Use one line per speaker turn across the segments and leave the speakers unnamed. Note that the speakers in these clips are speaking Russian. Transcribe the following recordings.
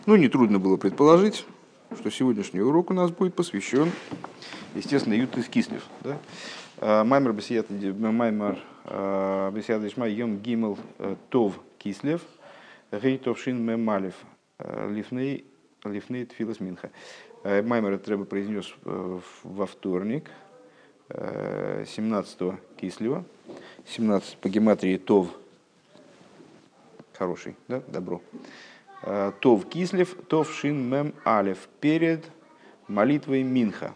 Ну, нетрудно было предположить, что сегодняшний урок у нас будет посвящен, естественно, Ют из Кислев. Да? Маймер бесияд лишма йом гимел тов Кислев, гей товшин мемалев, лифней тфилас минха. Маймер это треба произнес во вторник, 17 Кислева, 17 по гематрии тов, хороший, да, добро. Тов Кислев, Тов Шин Мем Алев, перед молитвой Минха.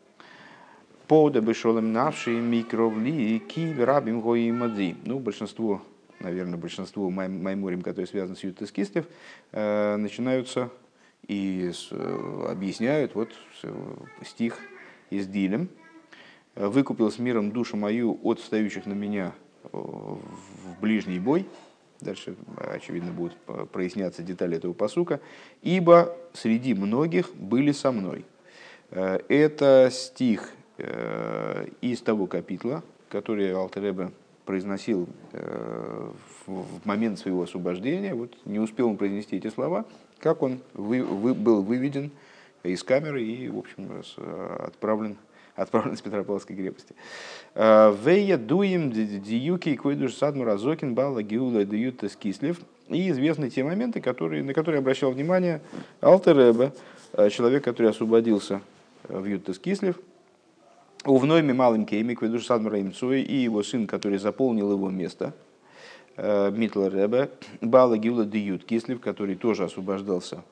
Пода бешолем навши микровли ки рабим гои мади. Ну, большинство, наверное, большинство майморим, которые связаны с Ют из Кислев, начинаются и объясняют вот стих из Дилем. «Выкупил с миром душу мою от встающих на меня в ближний бой». Дальше, очевидно, будут проясняться детали этого пасука. «Ибо среди многих были со мной». Это стих из того капитла, который Алтер Ребе произносил в момент своего освобождения. Вот не успел он произнести эти слова, как он был выведен из камеры и, в общем, отправлен с Петропавловской крепости. Вея дуем диюки койдуш садму разокин бала гиула диют из Кислев. И известны те моменты, на которые обращал внимание Алтер Ребе, человек, который освободился в Ют из Кислев. У внойме малым кейме койдуш садму раимцой и его сын, который заполнил его место, Митл Ребе, бала гиула диют Кислев, который тоже освобождался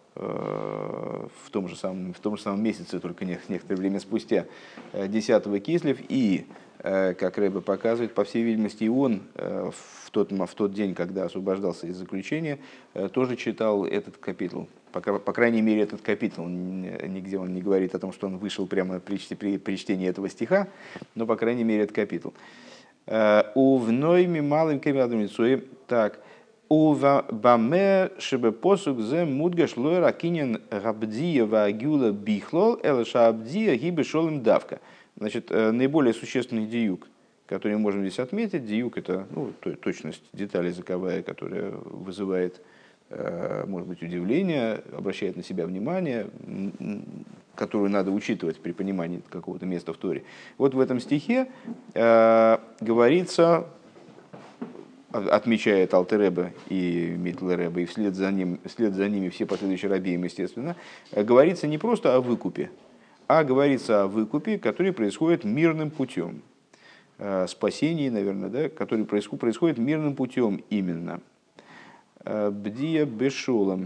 в том же самом месяце, только некоторое время спустя, 10-го Кислев, и, как Ребе показывает, по всей видимости, и он в тот день, когда освобождался из заключения, тоже читал этот капитул. По крайней мере, этот капитул, нигде он не говорит о том, что он вышел прямо при чтении этого стиха, но, по крайней мере, этот капитул. У внойми малым кемиадумицуем, так, у баме шебе посук зе мудгаш лойра кинен габдия вагюла бихлол элаша абдия гибе шолем давка. Значит, наиболее существенный диюк, который можем здесь отметить, диюк это точность детали языковая, которая вызывает, может быть, удивление, обращает на себя внимание, которую надо учитывать при понимании какого-то места в Торе. Вот в этом стихе говорится, отмечает Алтер Ребе и Митл Ребе, и вслед за ними все последующие рабеим, естественно, говорится не просто о выкупе, а говорится о выкупе, который происходит мирным путем. Спасении, наверное, да, который происходит мирным путем именно. Бдия бешолом.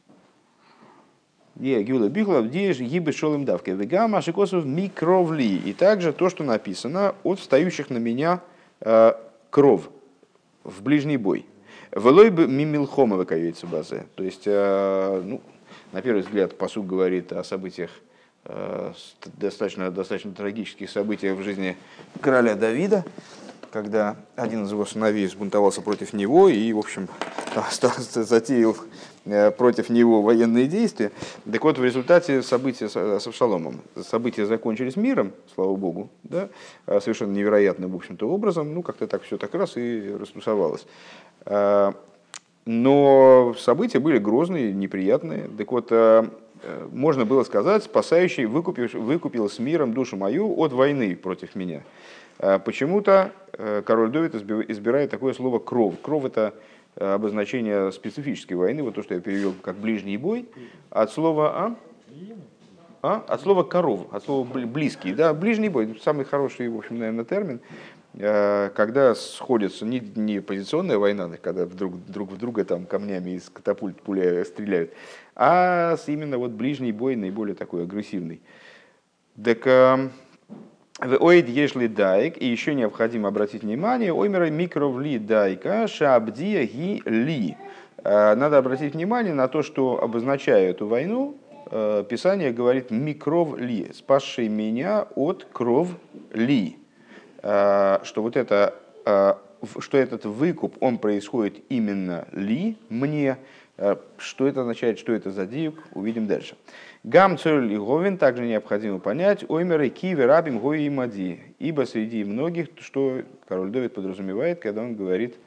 Гюла бихла, бдия гибе шолем давка. Вегама шикосов микровли. И также то, что написано от встающих на меня кров в ближний бой. Велой бы мимилхома выкаюется базе. То есть, на первый взгляд, пасук говорит о событиях, достаточно трагических событиях в жизни короля Давида, когда один из его сыновей взбунтовался против него и, в общем, затеял против него военные действия. Так вот, в результате события с Авшаломом, события закончились миром, слава богу, да, совершенно невероятным, в общем-то, образом, как-то так все так раз и растусовалось. Но события были грозные, неприятные. Так вот, можно было сказать, спасающий выкупил с миром душу мою от войны против меня. Почему-то король Давид избирает такое слово «кров». «Кров» — это обозначение специфической войны, вот то, что я перевел как «ближний бой», от слова от слова «коров», от слова «близкий». Да, «ближний бой» — самый хороший, в общем, наверное, термин, когда сходятся не позиционная война, когда друг в друга там камнями из катапульт пуля стреляют, а именно вот ближний бой, наиболее такой агрессивный. Так Оид ешли дайк, и еще необходимо обратить внимание, оймера микровли дайка шабдия ги ли. Надо обратить внимание на то, что, обозначая эту войну, Писание говорит микровли, спасший меня от кров ли. Что вот это, что этот выкуп, он происходит именно ли, мне. Что это означает, что это за диюк, увидим дальше. Гам цорь лиговин, также необходимо понять, оймеры киви рабим гои мади, ибо среди многих, что король Давид подразумевает, когда он говорит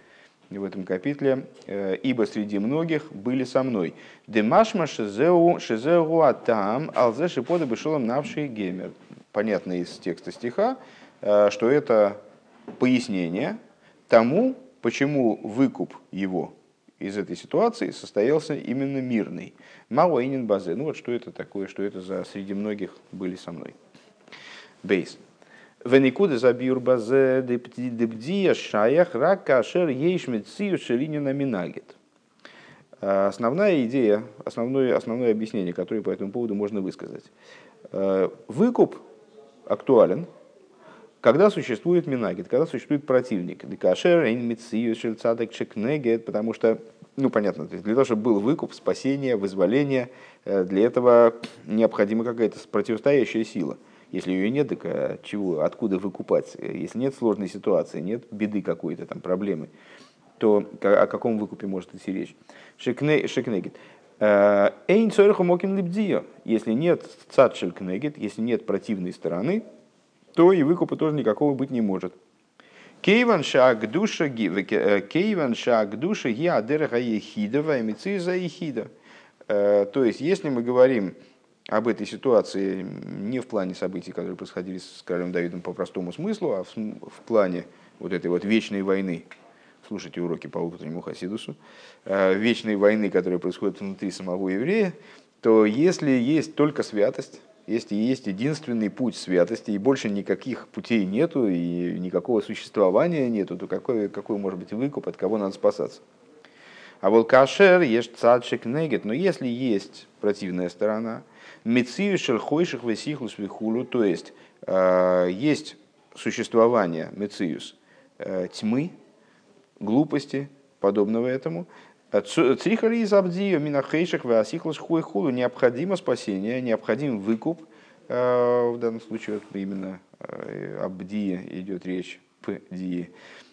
в этом капитле, ибо среди многих были со мной. Демашма шизеу атам алзе шипода бешолом навший геймер. Понятно из текста стиха, что это пояснение тому, почему выкуп его из этой ситуации состоялся именно мирный. Мауэйнин базе. Ну вот что это такое, что это за среди многих были со мной. Бейс. Веникуда забьюр базе дебдия шаях рак кашер ейшмецию шелинина минагет. Основная идея, основное объяснение, которое по этому поводу можно высказать. Выкуп актуален, когда существует минагет, когда существует противник. Декашер эйнмецию шельцадек чекнегет, потому что, ну понятно, для того, чтобы был выкуп, спасение, вызволение, для этого необходима какая-то противостоящая сила. Если ее нет, так чего, откуда выкупать? Если нет сложной ситуации, нет беды какой-то, там, проблемы, то о каком выкупе может идти речь? Шекнегет. Эйн цориху моким либдио. Если нет цад шекнегет, если нет противной стороны, то и выкупа тоже никакого быть не может. Кейван шаг душа гиадераха ехида ваймицы за ехида. То есть, если мы говорим об этой ситуации не в плане событий, которые происходили с королем Давидом по простому смыслу, а в плане вот этой вот вечной войны, слушайте уроки по утреннему Хасидусу, вечной войны, которая происходит внутри самого еврея, то если есть только святость, если есть единственный путь святости, и больше никаких путей нету, и никакого существования нету, то какой может быть выкуп, от кого надо спасаться? А вот кашер есть цадшик негет, но если есть противная сторона, мецию шельхойших весихлус вихулу, то есть есть существование мециус тьмы, глупости, подобного этому, црихали из абдио минахейших васихлус хуйхулу, необходимо спасение, необходим выкуп, в данном случае вот именно абдия идет речь, пдии,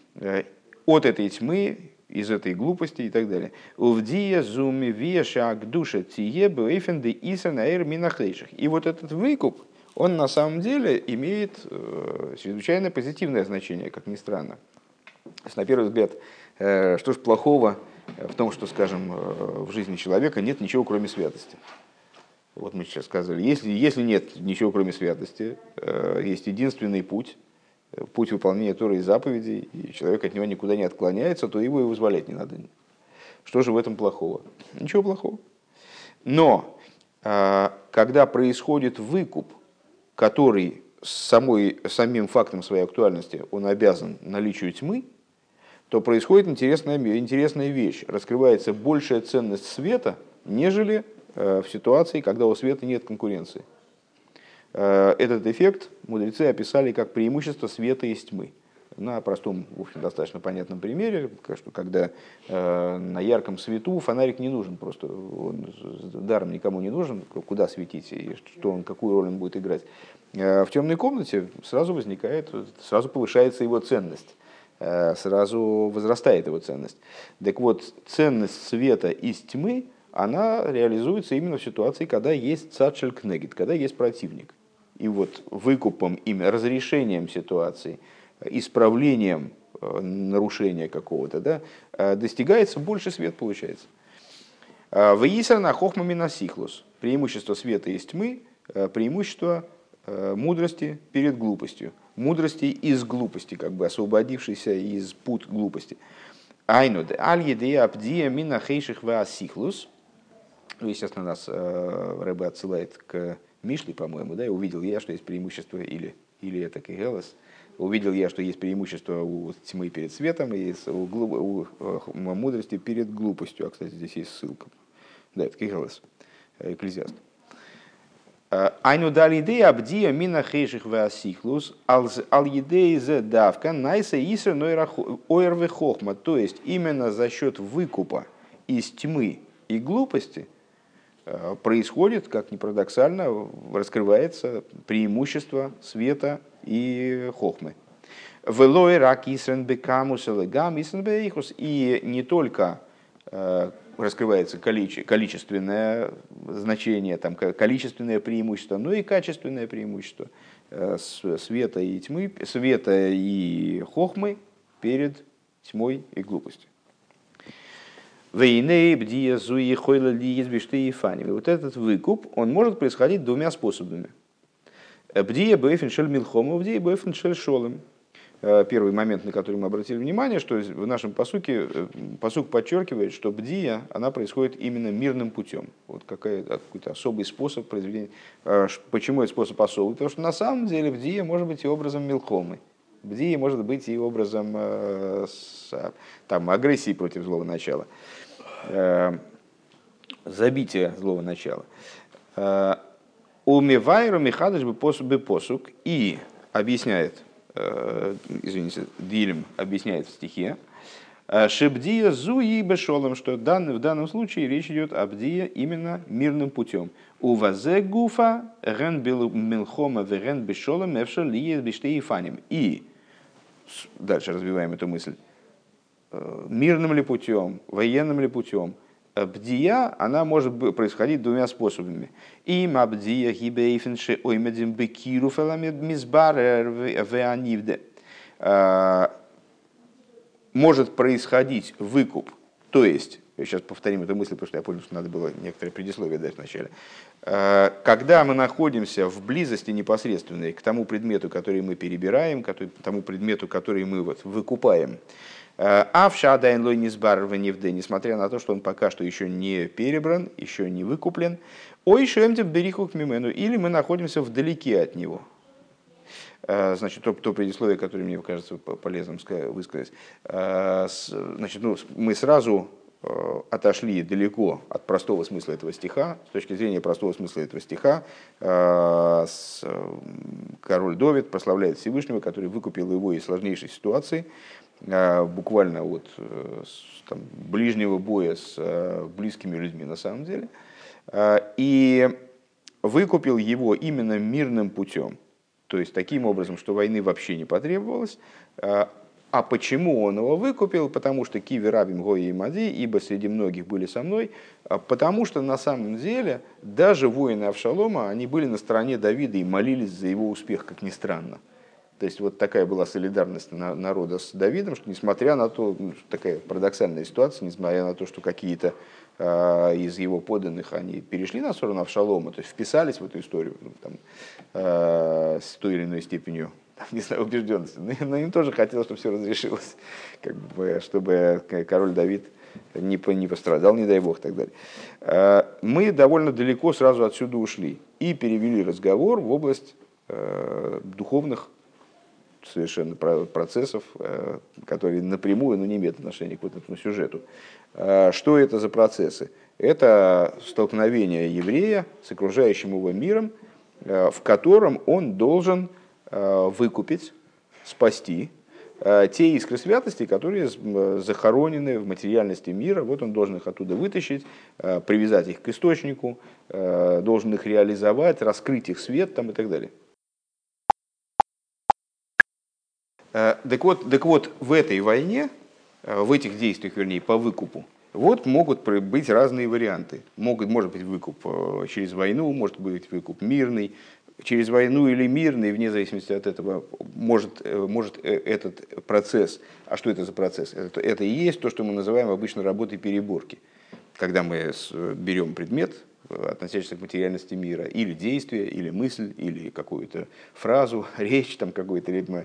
от этой тьмы, из этой глупости и так далее. Увдия зуми веша душа тие бэйфенды исан аэр минахейших. И вот этот выкуп, он на самом деле имеет чрезвычайно позитивное значение, как ни странно. На первый взгляд, что ж плохого в том, что, скажем, в жизни человека нет ничего, кроме святости. Вот мы сейчас сказали, если нет ничего, кроме святости, есть единственный путь выполнения Торы и заповедей, и человек от него никуда не отклоняется, то его и вызволять не надо. Что же в этом плохого? Ничего плохого. Но когда происходит выкуп, который самим фактом своей актуальности он обязан наличию тьмы, то происходит интересная вещь. Раскрывается большая ценность света, нежели в ситуации, когда у света нет конкуренции. Этот эффект мудрецы описали как преимущество света из тьмы. На простом, в общем, достаточно понятном примере, что когда на ярком свету фонарик не нужен, просто он даром никому не нужен, куда светить и какую роль он будет играть. В темной комнате сразу повышается его ценность, сразу возрастает его ценность. Так вот, ценность света из тьмы, она реализуется именно в ситуации, когда есть цадшель кнегит, когда есть противник. И вот выкупом, именно разрешением ситуации, исправлением нарушения какого-то, да, достигается больше свет, получается. Ваисар на хохмами насихлус. Преимущество света из тьмы, преимущество мудрости перед глупостью. Мудрости из глупости, как бы освободившейся из пут глупости. Айнуд аль-едея абдия мина хейших ваасихлус. Естественно, нас Рэбе отсылает к Мишле, по-моему, да, и увидел я, что есть преимущество, или это Кегелос, увидел я, что есть преимущество у тьмы перед светом и у мудрости перед глупостью. А, кстати, здесь есть ссылка. Да, это Кегелос, Экклезиаст. Айну дали идея абдия мина хейших веасихлус ал едеи зе давка найса исер ойр вехохма. То есть именно за счет выкупа из тьмы и глупости происходит, как ни парадоксально, раскрывается преимущество света и хохмы. И не только раскрывается количественное значение, там, количественное преимущество, но и качественное преимущество света и хохмы перед тьмой и глупостью. Вейней, бдия, зуи, хойла, ли, избишты и фани. Вот этот выкуп, он может происходить двумя способами. Бдия, бэйфеншель, милхому, бдия, бэйфеншель, шолем. Первый момент, на который мы обратили внимание, что в нашем пасуке пасук подчеркивает, что бдия, она происходит именно мирным путем. Вот какой-то особый способ произведения. Почему этот способ особый? Потому что на самом деле бдия может быть и образом милхомы. Бдия может быть и образом агрессии против злого начала, забития злого начала. Умевайру михадыш бы посук и объясняет, извините, Дилем объясняет в стихе, Шебдия зуи бешолом, что в данном случае речь идет об бдия именно мирным путем. У вазе гуфа ген милхома веген бешолом эвшер лиет биштей фаним. И дальше развиваем эту мысль. Мирным ли путем, военным ли путем, бдия, она может происходить двумя способами. Им абдия гибейфенши оймедим бекиру феламед мизбарер веанивде. Может происходить выкуп, то есть, я сейчас повторим эту мысль, потому что я понял, что надо было некоторое предисловие дать вначале. Когда мы находимся в близости непосредственной к тому предмету, который мы перебираем, к тому предмету, который мы выкупаем, авшадайн лой низбар в невде, несмотря на то, что он пока что еще не перебран, еще не выкуплен, ой шемтем бериху к мимену, или мы находимся вдалеке от него. Значит, то предисловие, которое мне кажется полезным высказать. Значит, мы сразу отошли далеко от простого смысла этого стиха. С точки зрения простого смысла этого стиха, король Довид прославляет Всевышнего, который выкупил его из сложнейшей ситуации, буквально от ближнего боя с близкими людьми на самом деле, и выкупил его именно мирным путем. То есть таким образом, что войны вообще не потребовалось. А почему он его выкупил? Потому что киви рабим гои и мади, ибо среди многих были со мной. Потому что на самом деле даже воины Авшалома, они были на стороне Давида и молились за его успех, как ни странно. То есть вот такая была солидарность народа с Давидом, что несмотря на то, такая парадоксальная ситуация, несмотря на то, что какие-то из его подданных они перешли на сторону Авшалома, то есть вписались в эту историю с той или иной степенью, не знаю, убежденности, но им тоже хотелось, чтобы все разрешилось, чтобы король Давид не пострадал, не дай бог, и так далее. Мы довольно далеко сразу отсюда ушли и перевели разговор в область духовных совершенно процессов, которые напрямую, но не имеют отношения к вот этому сюжету. Что это за процессы? Это столкновение еврея с окружающим его миром, в котором он должен выкупить, спасти те искры святости, которые захоронены в материальности мира. Вот он должен их оттуда вытащить, привязать их к источнику, должен их реализовать, раскрыть их свет там, и так далее. Так вот, в этой войне, в этих действиях, вернее, по выкупу, вот могут быть разные варианты. Может быть выкуп через войну, может быть выкуп мирный. Через войну или мирный, вне зависимости от этого, может этот процесс. А что это за процесс? Это и есть то, что мы называем обычно работой переборки. Когда мы берем предмет, относящийся к материальности мира, или действие, или мысль, или какую-то фразу, речь, там какое-то ритм,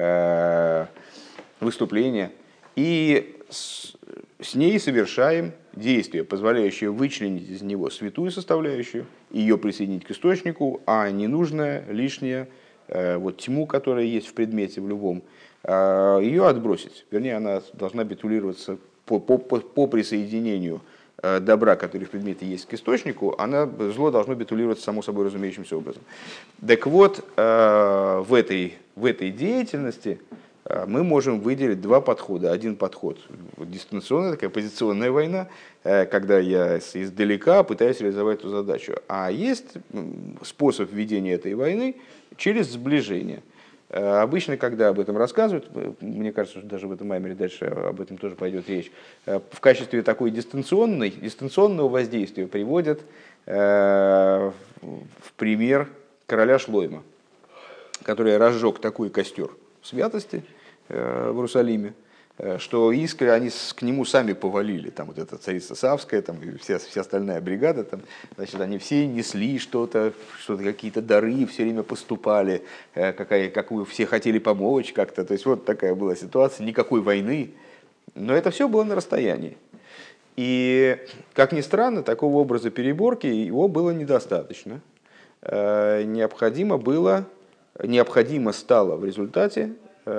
выступление, и с ней совершаем действие, позволяющее вычленить из него святую составляющую, ее присоединить к источнику, а ненужное, лишнее, тьму, которая есть в предмете в любом, ее отбросить. Вернее, она должна битулироваться по присоединению добра, который в предмете есть, к источнику, зло должно битулироваться само собой разумеющимся образом. Так вот, в этой деятельности мы можем выделить два подхода. Один подход дистанционная, такая позиционная война, когда я издалека пытаюсь реализовать эту задачу. А есть способ ведения этой войны через сближение. Обычно, когда об этом рассказывают, мне кажется, что даже в этом маймере дальше об этом тоже пойдет речь, в качестве такой дистанционного воздействия приводят в пример короля Шлойма, который разжег такой костер святости в Иерусалиме, что искры, они к нему сами повалили, там вот эта царица Савская, там, и вся остальная бригада, там, значит, они все несли что-то, какие-то дары все время поступали, какую все хотели помочь как-то, то есть вот такая была ситуация, никакой войны, но это все было на расстоянии. И, как ни странно, такого образа переборки его было недостаточно. Необходимо стало в результате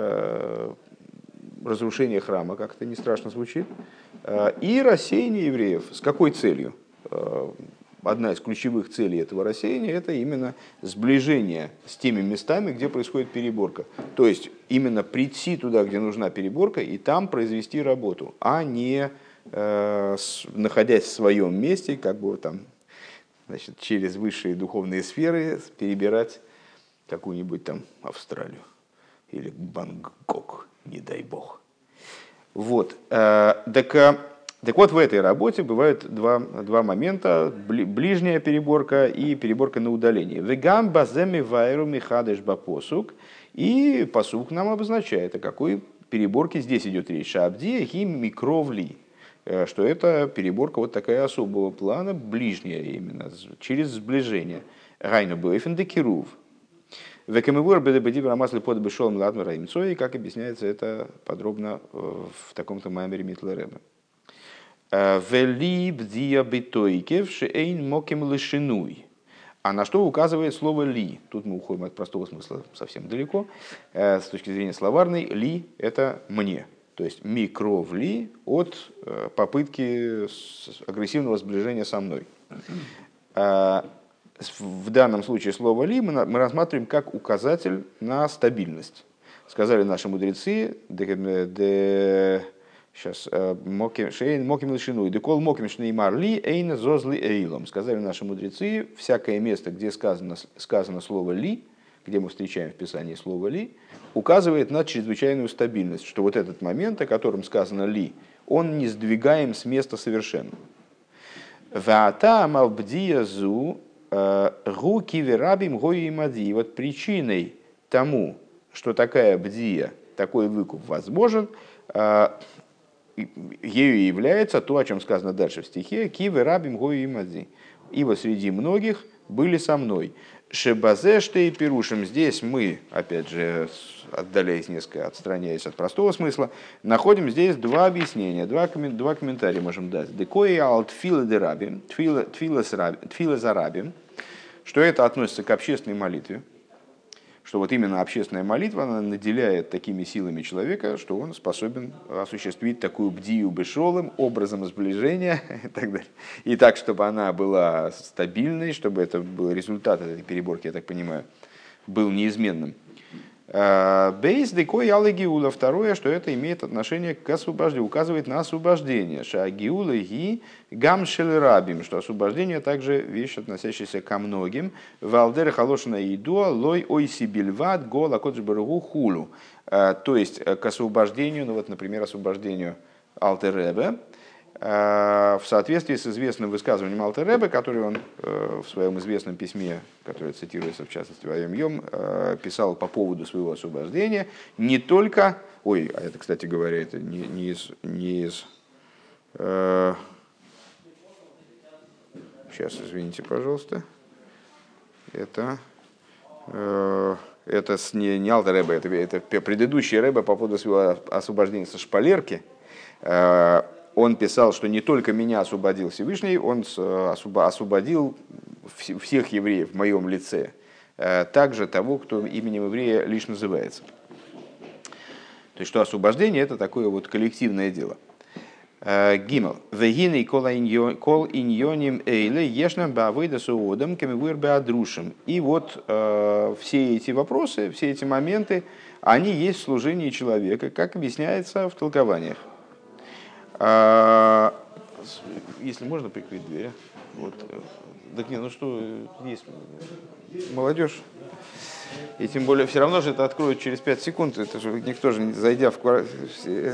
разрушение храма, как это не страшно звучит, и рассеяние евреев. С какой целью? Одна из ключевых целей этого рассеяния – это именно сближение с теми местами, где происходит переборка. То есть именно прийти туда, где нужна переборка, и там произвести работу, а не находясь в своем месте, как бы там, значит, через высшие духовные сферы перебирать какую-нибудь там Австралию или Бангкок, не дай бог. Вот. Так вот, в этой работе бывают два момента: ближняя переборка и переборка на удалении. Вегам баземи вайру михадеш бапосук. И посук нам обозначает, о какой переборке здесь идет речь. Шабди хим микровли. Что это переборка вот такая особого плана, ближняя именно, через сближение. Гайну бэйфен де кирув. Векамивур бэдэбэдиб рамасли под бэшолом ладмара имцой, как объясняется это подробно в таком-то маймере Митла Ребе. Вели бдия битойкев шеэйн моким лишинуй. А на что указывает слово «ли»? Тут мы уходим от простого смысла совсем далеко. С точки зрения словарной, «ли» — это «мне». То есть микровли от попытки агрессивного сближения со мной. В данном случае слово «ли» мы рассматриваем как указатель на стабильность. Сказали наши мудрецы, сейчас моким лишину, декол моким шнеймар ли эйна зозли эйлом. Сказали наши мудрецы, всякое место, где сказано слово «ли», где мы встречаем в Писании слово «ли», указывает на чрезвычайную стабильность, что вот этот момент, о котором сказано «ли», он не сдвигаем с места совершенно. «Ваата малбдиязу руки верабим гои мади». Вот причиной тому, что такая бдия, такой выкуп возможен, ею является то, о чем сказано дальше в стихе: «Ки верабим гои мади». «Ибо среди многих были со мной». Шебазе штей пирушим. Здесь мы, опять же, отдаляясь несколько, отстраняясь от простого смысла, находим здесь два объяснения, два комментария можем дать. Декои ал тфила де рабим, тфила за рабим, что это относится к общественной молитве, что вот именно общественная молитва, она наделяет такими силами человека, что он способен осуществить такую бдию бешолым, образом сближения и так далее. И так, чтобы она была стабильной, чтобы это был результат этой переборки, я так понимаю, был неизменным. Бейс декой алы гиула. Второе, что это имеет отношение к освобождению, указывает на освобождение. Ша гиула ги гамшель рабим, что освобождение также вещь, относящаяся ко многим. Валдер халошина идуа лой ойси бельват гола коджбаргу хулу. То есть к освобождению, ну вот, например, освобождению Алтер Ребе, в соответствии с известным высказыванием Алтер Ребе, который он в своем известном письме, которое цитируется в частности в Айом Йом, писал по поводу своего освобождения, не только, а это, кстати говоря, это не из сейчас, извините, пожалуйста, это не Алтер Ребе, это предыдущий Ребе по поводу своего освобождения со шпалерки. Он писал, что не только меня освободил Всевышний, он освободил всех евреев в моем лице, также того, кто именем еврея лишь называется. То есть, что освобождение — это такое вот коллективное дело. Гимел. Вегиней кол иньоним эйле ешнам бавыда суодам кемивуэр беадрушим. И вот все эти вопросы, все эти моменты, они есть в служении человека, как объясняется в толкованиях. Если можно прикрыть дверь. Вот. Так нет, ну что, есть молодежь. И тем более, все равно же это откроют через 5 секунд. Это же никто же, зайдя в квартиру...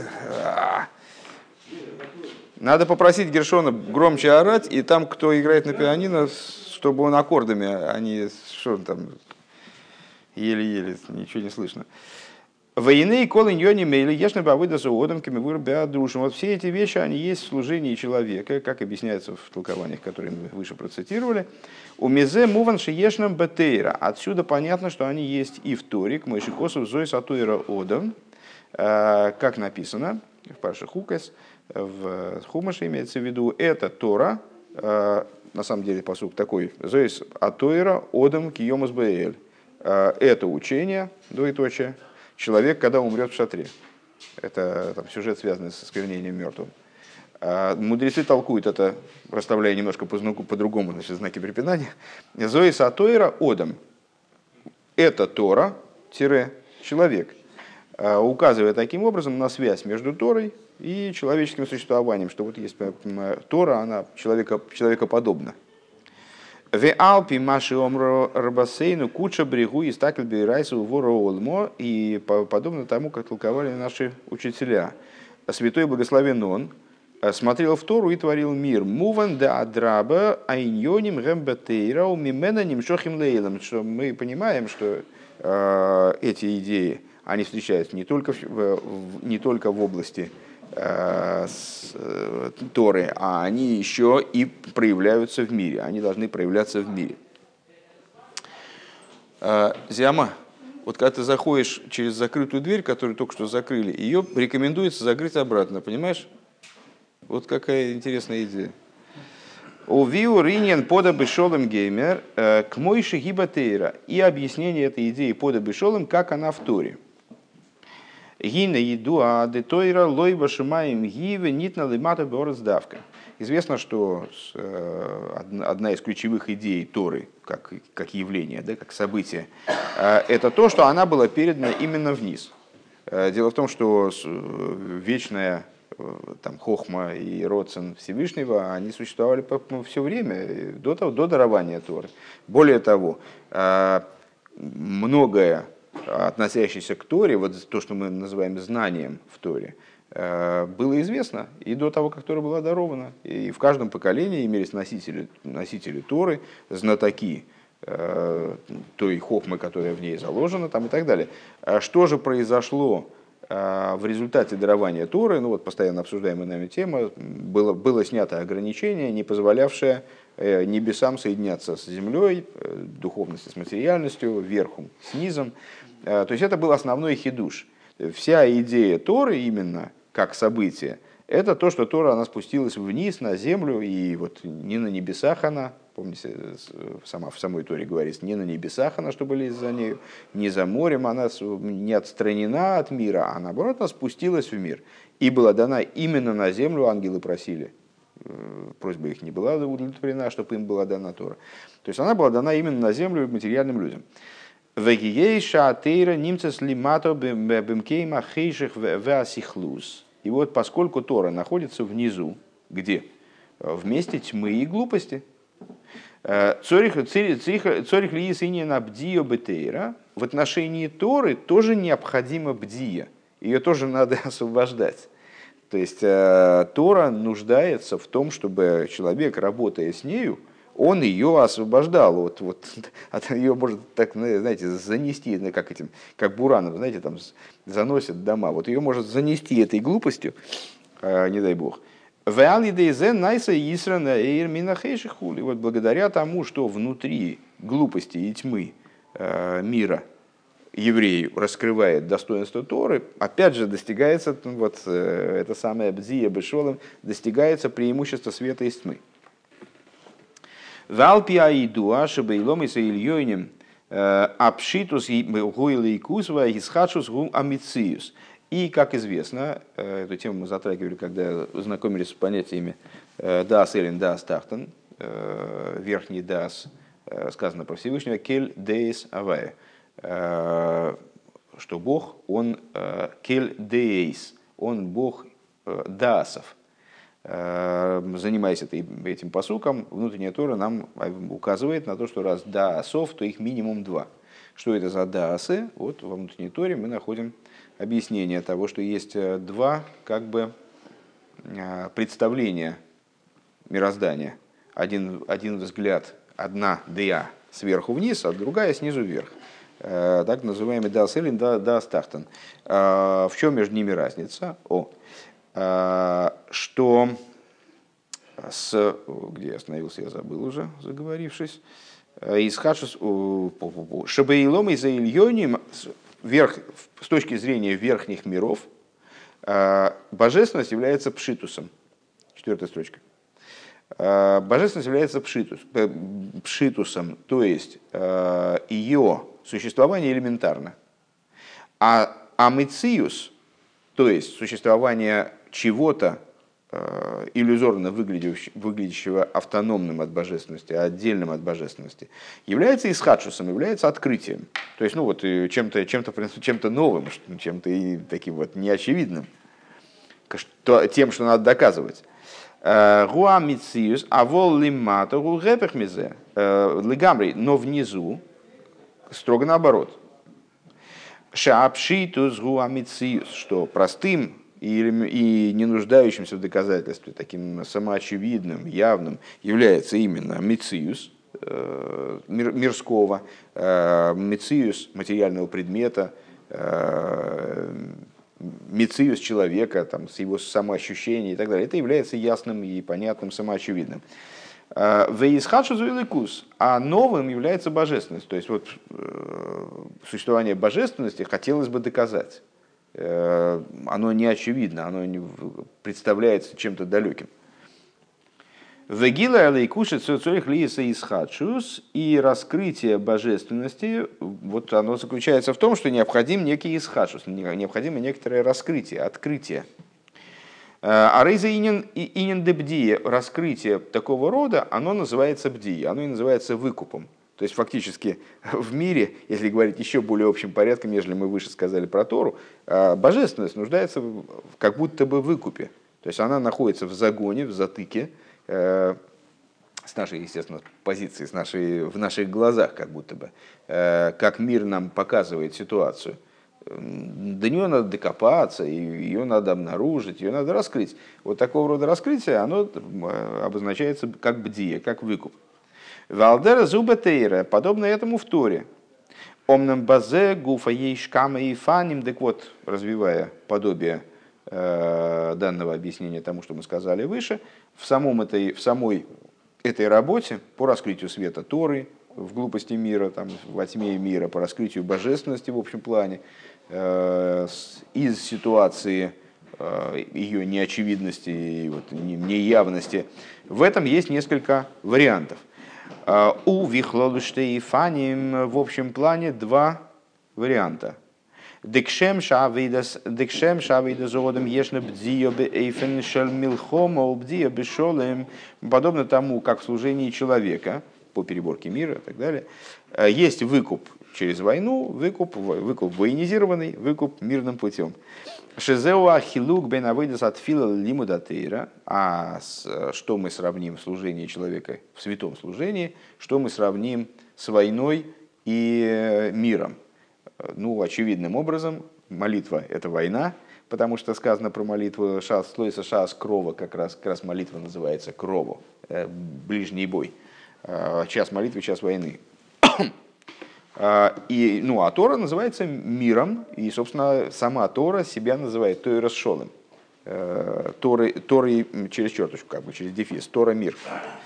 Надо попросить Гершона громче орать, и там, кто играет на пианино, чтобы он аккордами, а не что он там еле-еле, ничего не слышно. Военные и колы ньони мейли, ешны бавыда за одом, кемивур беадрушим. Вот все эти вещи, они есть в служении человека, как объясняется в толкованиях, которые мы выше процитировали. У мезе муван шиешнам бетейра. Отсюда понятно, что они есть и в Торе, к мойшикосу зоис атуира одом, как написано в Парше Хукас, в Хумаше имеется в виду, это Тора, на самом деле пасук такой, зоис атуира одом киомас беэль. Это учение, двоеточие, человек, когда умрет в шатре. Это там, сюжет, связанный с осквернением мертвым. Мудрецы толкуют это, расставляя немножко по-другому, значит, знаки препинания. Зои сатойра одам. Это Тора, человек, указывая таким образом на связь между Торой и человеческим существованием, что вот есть Тора, она человекоподобна. В Алпи Маши Омро Рабасейну Куча Брегу и Стакль Бейрайсу Воро Олмо, и подобно тому, как толковали наши учителя. Святой Благословен Он смотрел в Тору и творил мир. Муван да адраба айньоним гэмбатейра умимена нимшохим лейлом. Что мы понимаем, что эти идеи, они встречаются не только в области Торы, а они еще и проявляются в мире. Они должны проявляться в мире. Зиама, вот когда ты заходишь через закрытую дверь, которую только что закрыли, ее рекомендуется закрыть обратно, понимаешь? Вот какая интересная идея. Увиу риньян пода бешолем геймер к мойши гибатейра. И объяснение этой идеи пода бешолем, как она в Торе. Гина еду а детойра лойба шимаем гиве нитна лимата бороздавка. Известно, что одна из ключевых идей Торы, как явление, да, как событие, это то, что она была передана именно вниз. Дело в том, что вечная там, хохма и роцен Всевышнего, они существовали все время, до дарования Торы. Более того, многое, относящееся к Торе, вот то, что мы называем знанием в Торе, было известно и до того, как Тора была дарована. И в каждом поколении имелись носители Торы, знатоки той хохмы, которая в ней заложена, там, и так далее. Что же произошло в результате дарования Торы? Ну вот постоянно обсуждаемая нами тема, было снято ограничение, не позволявшее небесам соединяться с землей, духовности с материальностью, верхом с низом. То есть это был основной хидуш. Вся идея Торы именно как событие, это то, что Тора, она спустилась вниз на землю, и вот не на небесах она, помните, в самой Торе говорится, не на небесах она, что были за нею, не за морем, она не отстранена от мира, а наоборот, она спустилась в мир. И была дана именно на землю, ангелы просили, просьба их не была удовлетворена, чтобы им была дана Тора. То есть она была дана именно на землю материальным людям. И вот поскольку Тора находится внизу, где? В месте тьмы и глупости. В отношении Торы тоже необходима бдия. Ее тоже надо освобождать. То есть Тора нуждается в том, чтобы человек, работая с нею, он ее освобождал. Вот от ее может, так, знаете, занести, как Буранов, знаете, там заносят дома. Вот ее может занести этой глупостью, не дай бог. И вот благодаря тому, что внутри глупости и тьмы мира еврею раскрывает достоинство Торы, опять же достигается вот это самое бзия бешолом, достигается преимущество света из тьмы. Валпия идуа шебейлом и саильёйнем апшитус гуилейкусва исхадшус гум амициус. И, как известно, эту тему мы затрагивали, когда знакомились с понятиями дас элен дас тахтан, верхний дас, сказано про Всевышнего, кель деис авая, что Бог, он кель деис, он Бог даасов. Занимаясь этим пасуком, внутренняя Тора нам указывает на то, что раз даасов, то их минимум два. Что это за даасы? Вот во внутренней Торе мы находим объяснение того, что есть два представления мироздания. Один взгляд, одна дея сверху вниз, а другая снизу вверх. так называемый das Elin, das Tachten. В чем между ними разница? Что где я остановился, я забыл уже, заговорившись. Исхадшус шабеилом и за Ильоним с точки зрения верхних миров божественность является пшитусом. 4-я строчка. Божественность является пшитусом, то есть ее существование элементарно. А мециус, то есть существование чего-то иллюзорно выглядящего автономным от божественности, отдельным от божественности, является исхадшусом, является открытием. То есть, чем-то новым, чем-то и таким вот неочевидным, тем, что надо доказывать. Гуамициус, а вол лимато гугэпехмизе лигамри, но внизу строго наоборот. Шаапшитус гуамициус, что простым и не нуждающимся в доказательстве, таким самоочевидным, явным, является именно мициус, мирского, мициус материального предмета, мициус человека там, с его самоощущением и так далее. Это является ясным и понятным, самоочевидным. Веисхадшузуиликус, а новым является божественность. То есть вот, существование божественности хотелось бы доказать. Оно не очевидно, оно не представляется чем-то далеким. Вегила алейкуши цоцорих лиеса исхадшус, и раскрытие божественности, вот оно заключается в том, что необходим некий исхадшус, необходимо некоторое раскрытие, открытие. А рейза инин де бдия, раскрытие такого рода, оно называется бдия, оно и называется выкупом. То есть фактически в мире, если говорить еще более общим порядком, нежели мы выше сказали про Тору, божественность нуждается как будто бы в выкупе. То есть она находится в загоне, в затыке, с нашей, естественно, позиции, в наших глазах, как будто бы, как мир нам показывает ситуацию. До нее надо докопаться, ее надо обнаружить, ее надо раскрыть. Вот такого рода раскрытие, оно обозначается как бдия, как выкуп. Валдера зубатейра, подобно этому в Торе. Омнам базе гуфа ейшкама и фаним, так вот, развивая подобие данного объяснения тому, что мы сказали выше, в самой этой работе по раскрытию света Торы, в глупости мира, там, во тьме мира, по раскрытию божественности в общем плане, из ситуации ее неочевидности и вот неявности, в этом есть несколько вариантов. У Вихлолуштей и Фаним в общем плане два варианта. Декшем шавидас зодом ешна бдио бейфен шел милхома бдио бешолем, подобно тому, как в служении человека по переборке мира и так далее, есть выкуп через войну, выкуп военизированный, выкуп мирным путем. Шезеуа хилук бен авейдас от фила лимудатейра, а что мы сравним в служении человека, в святом служении, что мы сравним с войной и миром. Ну, очевидным образом, молитва – это война, потому что сказано про молитву «шас слойса шас крова», как раз молитва называется «крову», ближний бой. Час молитвы, час войны. А Тора называется миром, и, собственно, сама Тора себя называет Тойрас Шолем. Торой через черточку, как бы через дефис, Тора мир.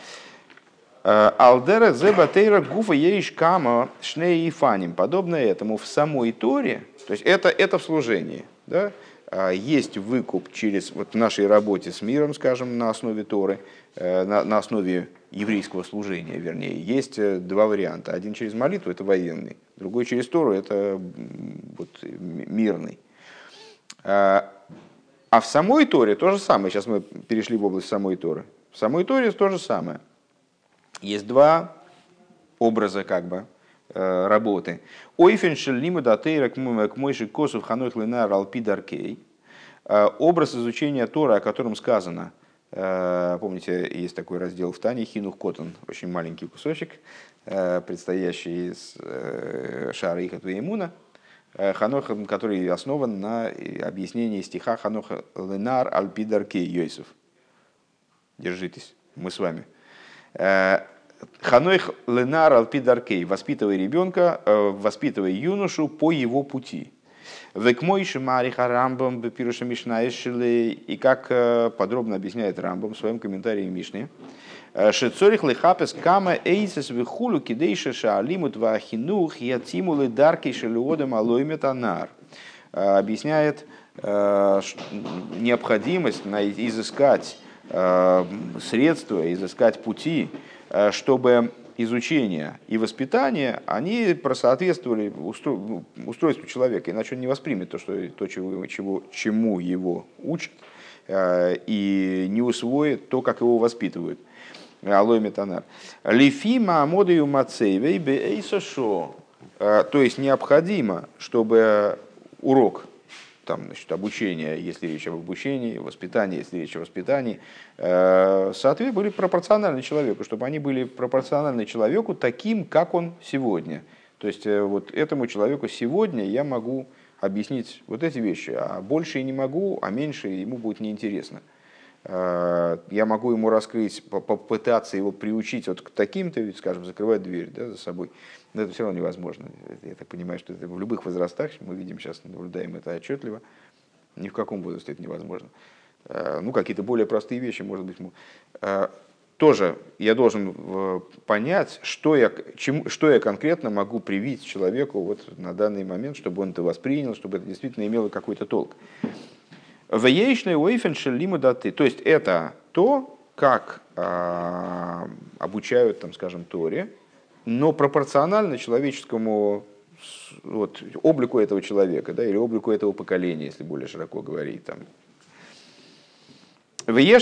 Алдера зебатейра гуфа еиш кама шней и фаним. Подобно этому в самой Торе, то есть это в служении, да? Есть выкуп через вот в нашей работе с миром, скажем, на основе Торы, на основе еврейского служения, вернее, есть два варианта. Один через молитву, это военный, другой через Тору, это вот мирный. А в самой Торе то же самое. Сейчас мы перешли в область самой Торы. В самой Торе то же самое. Есть два образа как бы работы. Ойфеншель лимудатейра к мойши косов ханох ленар алпидаркей. Образ изучения Торы, о котором сказано. Помните, есть такой раздел в Тане, Хинух Котон, очень маленький кусочек, предстоящий из Шара Ихат Веймуна, Ханох, который основан на объяснении стиха Ханох Ленар Альпидар Кей Йосеф. Держитесь, мы с вами. Ханойх ленар алпидаркей, воспитывай ребенка, воспитывай юношу по его пути. Векмойши мариха рамбам бепируша мишнаешили, и как подробно объясняет Рамбам в своем комментарии Мишне, шецорих лихапес кама эйсес вихулу кидейша шаалимут вахинух ятимулы дарки шелюодам алоймет анар. Объясняет необходимость изыскать средства, изыскать пути, чтобы изучение и воспитание, они просоответствовали устройству человека, иначе он не воспримет чему его учат, и не усвоит то, как его воспитывают. Алой метанар. Лифи маамодою мацейвей бейсошо. То есть необходимо, чтобы урок, там, значит, обучение, если речь об обучении, воспитание, если речь о воспитании, соответственно, были пропорциональны человеку, чтобы они были пропорциональны человеку таким, как он сегодня. То есть вот этому человеку сегодня я могу объяснить вот эти вещи, а больше и не могу, а меньше ему будет неинтересно. Я могу ему раскрыть, попытаться его приучить вот к таким-то, скажем, закрывать дверь, да, за собой. Но это все равно невозможно. Я так понимаю, что это в любых возрастах, мы видим сейчас, наблюдаем это отчетливо, ни в каком возрасте это невозможно. Ну, какие-то более простые вещи, может быть, тоже я должен понять, что я конкретно могу привить человеку вот на данный момент, чтобы он это воспринял, чтобы это действительно имело какой-то толк. То есть это то, как обучают, там, скажем, Торе, но пропорционально человеческому вот, облику этого человека, да, или облику этого поколения, если более широко говорить. Там. А есть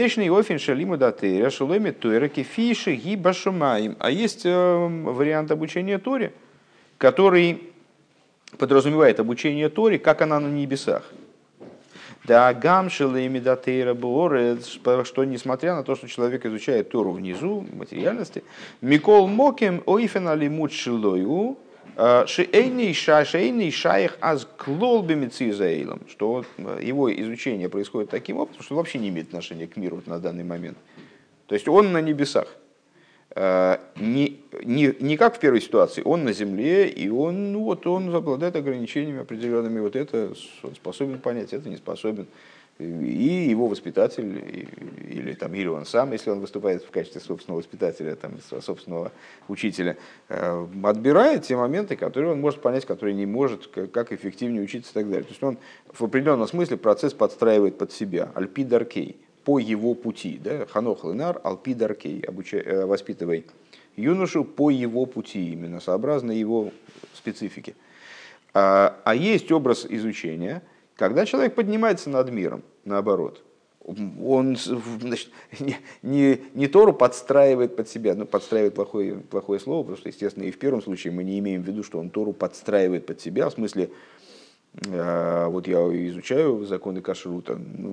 вариант обучения Торе, который подразумевает обучение Торе, как она на небесах. Да, гамшилы и медатейра борет, что несмотря на то, что человек изучает Тору внизу, материальности, микол мокем ойфен алимут шилою, шейный шаях аз клол бемицизаилом, что его изучение происходит таким образом, что вообще не имеет отношения к миру на данный момент. То есть он на небесах. Не как в первой ситуации, он на земле, и он обладает ограничениями определенными, вот это он способен понять, это не способен. И его воспитатель, или он сам, если он выступает в качестве собственного воспитателя, там, собственного учителя, отбирает те моменты, которые он может понять, которые не может, как эффективнее учиться и так далее. То есть он в определенном смысле процесс подстраивает под себя, альпидаркей, по его пути, да? Ханох ленар, алпидаркей, воспитывай юношу по его пути, именно сообразно его специфике. А есть образ изучения, когда человек поднимается над миром, наоборот. Он, значит, не Тору подстраивает под себя, но подстраивает плохое слово, потому что, естественно, и в первом случае мы не имеем в виду, что он Тору подстраивает под себя, в смысле, вот я изучаю законы кашрута,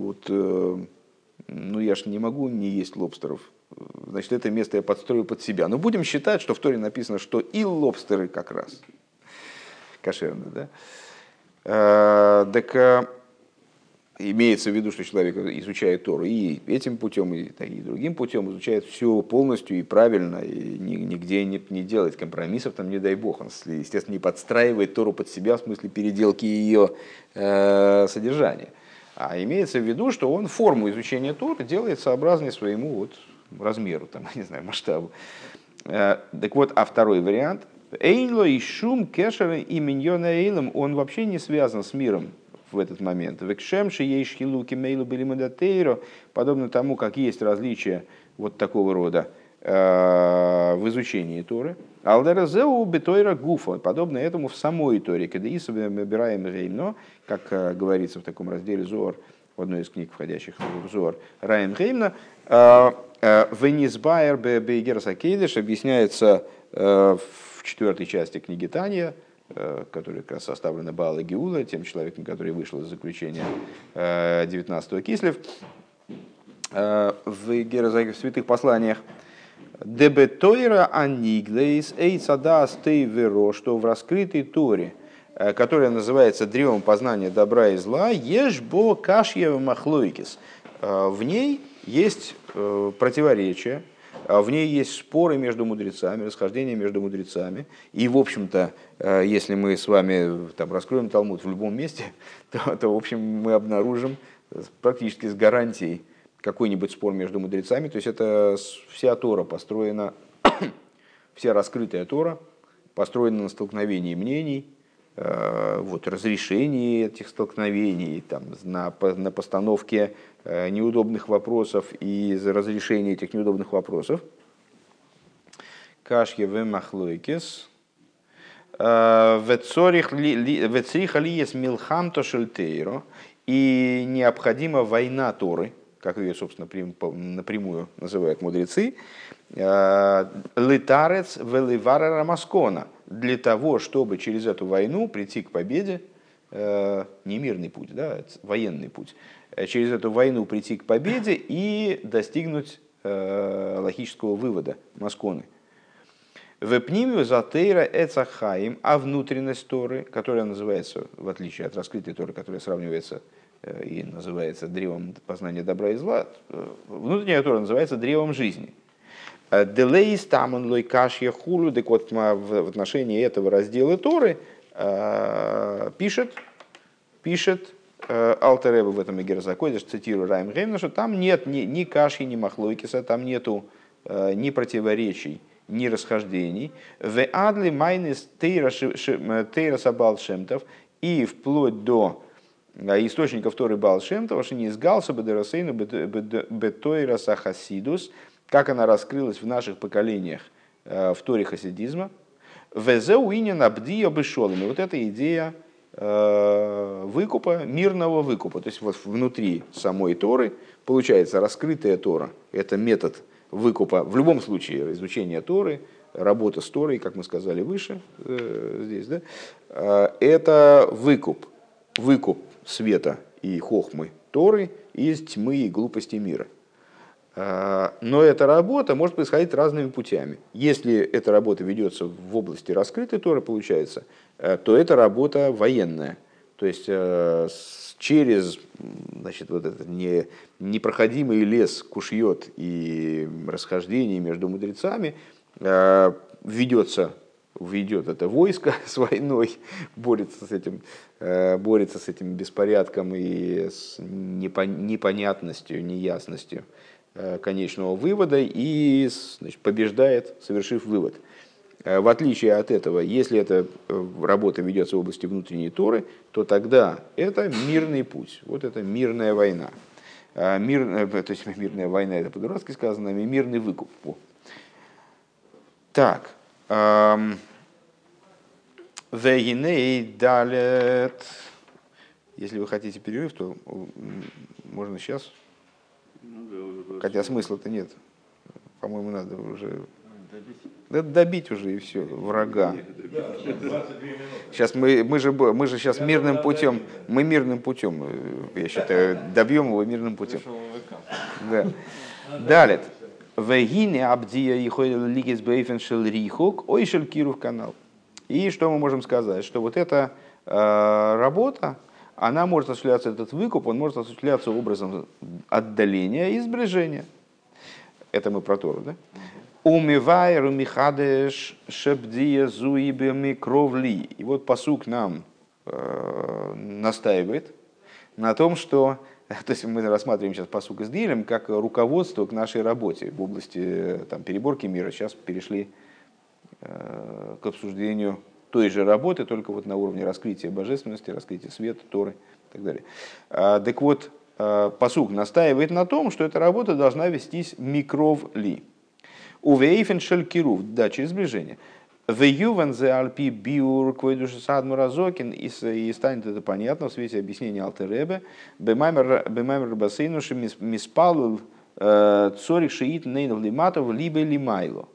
я же не могу не есть лобстеров, значит, это место я подстрою под себя. Но будем считать, что в Торе написано, что и лобстеры как раз кошерные, да? Так имеется в виду, что человек изучает Тору и этим путем, и другим путем изучает все полностью и правильно, и нигде не делает компромиссов, там, не дай бог, он, естественно, не подстраивает Тору под себя в смысле переделки ее содержания. А имеется в виду, что он форму изучения Торы делает сообразной своему размеру, там, не знаю, масштабу. Так вот, а второй вариант. Эйнло и шум кешера и миньона эйлом, он вообще не связан с миром в этот момент. Векшемши ейш хилуки мейлу белимадатейро, подобно тому, как есть различия вот такого рода в изучении Торы. Алдеразеу бетойра гуфа, подобно этому в самой Торе, когда и собираем рейно, как говорится в таком разделе Зоар, в одной из книг, входящих в Зоар, Раем Реймна, Венисбайер Бейгерса Кейдеш объясняется в 4 части книги Танья, которая как раз составлена Баала Геула, тем человеком, который вышел из заключения 19-го Кислев, в святых посланиях. Дебетойра аниглейс эйцадас тейверо, что в раскрытой Торе, которая называется древом познания добра и зла, ешбо кашьев махлойкис. В ней есть противоречие, В ней есть споры между мудрецами, расхождения между мудрецами. И, в общем-то, если мы с вами там раскроем Талмуд в любом месте, то, в общем, мы обнаружим практически с гарантией какой-нибудь спор между мудрецами. То есть это вся Тора построена, вся раскрытая Тора построена на столкновении мнений, вот, разрешении этих столкновений, там, на постановке неудобных вопросов и за разрешение этих неудобных вопросов. Кашье в махлойкес. Вецриха ли есть милхамто шельтейро. И необходима война Торы, как ее, собственно, напрямую называют мудрецы, литарец веливара рамаскона, для того, чтобы через эту войну прийти к победе, не мирный путь, да, военный путь, через эту войну прийти к победе и достигнуть логического вывода, масконы. Вепнимию затейра эцахаим, а внутренность Торы, которая называется, в отличие от раскрытой Торы, которая сравнивается и называется древом познания добра и зла, внутренняя Тора называется древом жизни. Делейс тамон лой кашья хулю, так вот в отношении этого раздела Торы пишет Алтер Ребе в этом Игерзакоде, цитирую Райм Геймна, что там нет ни кашьи, ни махлойкиса, там нету ни противоречий, ни расхождений. В адли майнис тейра сабал шемтов, и вплоть до источников Торы Баал Шем Тов, не изгался бедерасейну бетойра сахасидус, как она раскрылась в наших поколениях в Торе хасидизма. Везеуинен абдия бешолами. Вот эта идея выкупа, мирного выкупа. То есть вот внутри самой Торы получается раскрытая Тора. Это метод выкупа. В любом случае изучение Торы, работа с Торой, как мы сказали выше, здесь, да, это выкуп света и хохмы Торы из тьмы и глупости мира. Но эта работа может происходить разными путями. Если эта работа ведется в области раскрытой Торы, получается, то это работа военная. То есть через, значит, вот этот непроходимый лес кушьет и расхождений между мудрецами ведет это войско с войной, борется с этим беспорядком и с непонятностью, неясностью конечного вывода и, значит, побеждает, совершив вывод. В отличие от этого, если эта работа ведется в области внутренней Торы, то тогда это мирный путь, вот это мирная война. То есть мирная война, это по-дурацки сказано, мирный выкуп. Так. Если вы хотите перерыв, то можно сейчас. Хотя смысла-то нет. По-моему, надо уже добить уже и все, врага. Сейчас мы же сейчас мирным путем, я считаю, добьем его мирным путем. Да. Далее. Вегине абдия и ходил лигис бейфеншел рихок, ойшел киров канал. И что мы можем сказать? Что вот эта работа, она может осуществляться, этот выкуп, он может осуществляться образом отдаления и сближения. Это мы про Тору, да? Умивай румихадеш шебдия зуибеми кровли. И вот пасук нам настаивает на том, что, то есть мы рассматриваем сейчас пасук из Дилем как руководство к нашей работе в области там, переборки мира. Сейчас перешли к обсуждению той же работы, только вот на уровне раскрытия божественности, раскрытия света, Торы и так далее. Так вот, пасук настаивает на том, что эта работа должна вестись микров ли. Увейфен шелькирув, да, через сближение. Веюван зе альпи биур койдуши садмуразокин, и станет это понятно в свете объяснения Алтер Ребе. Бемаймер басейнуши миспалул цорих шиит нейнов лиматов либо лимайло.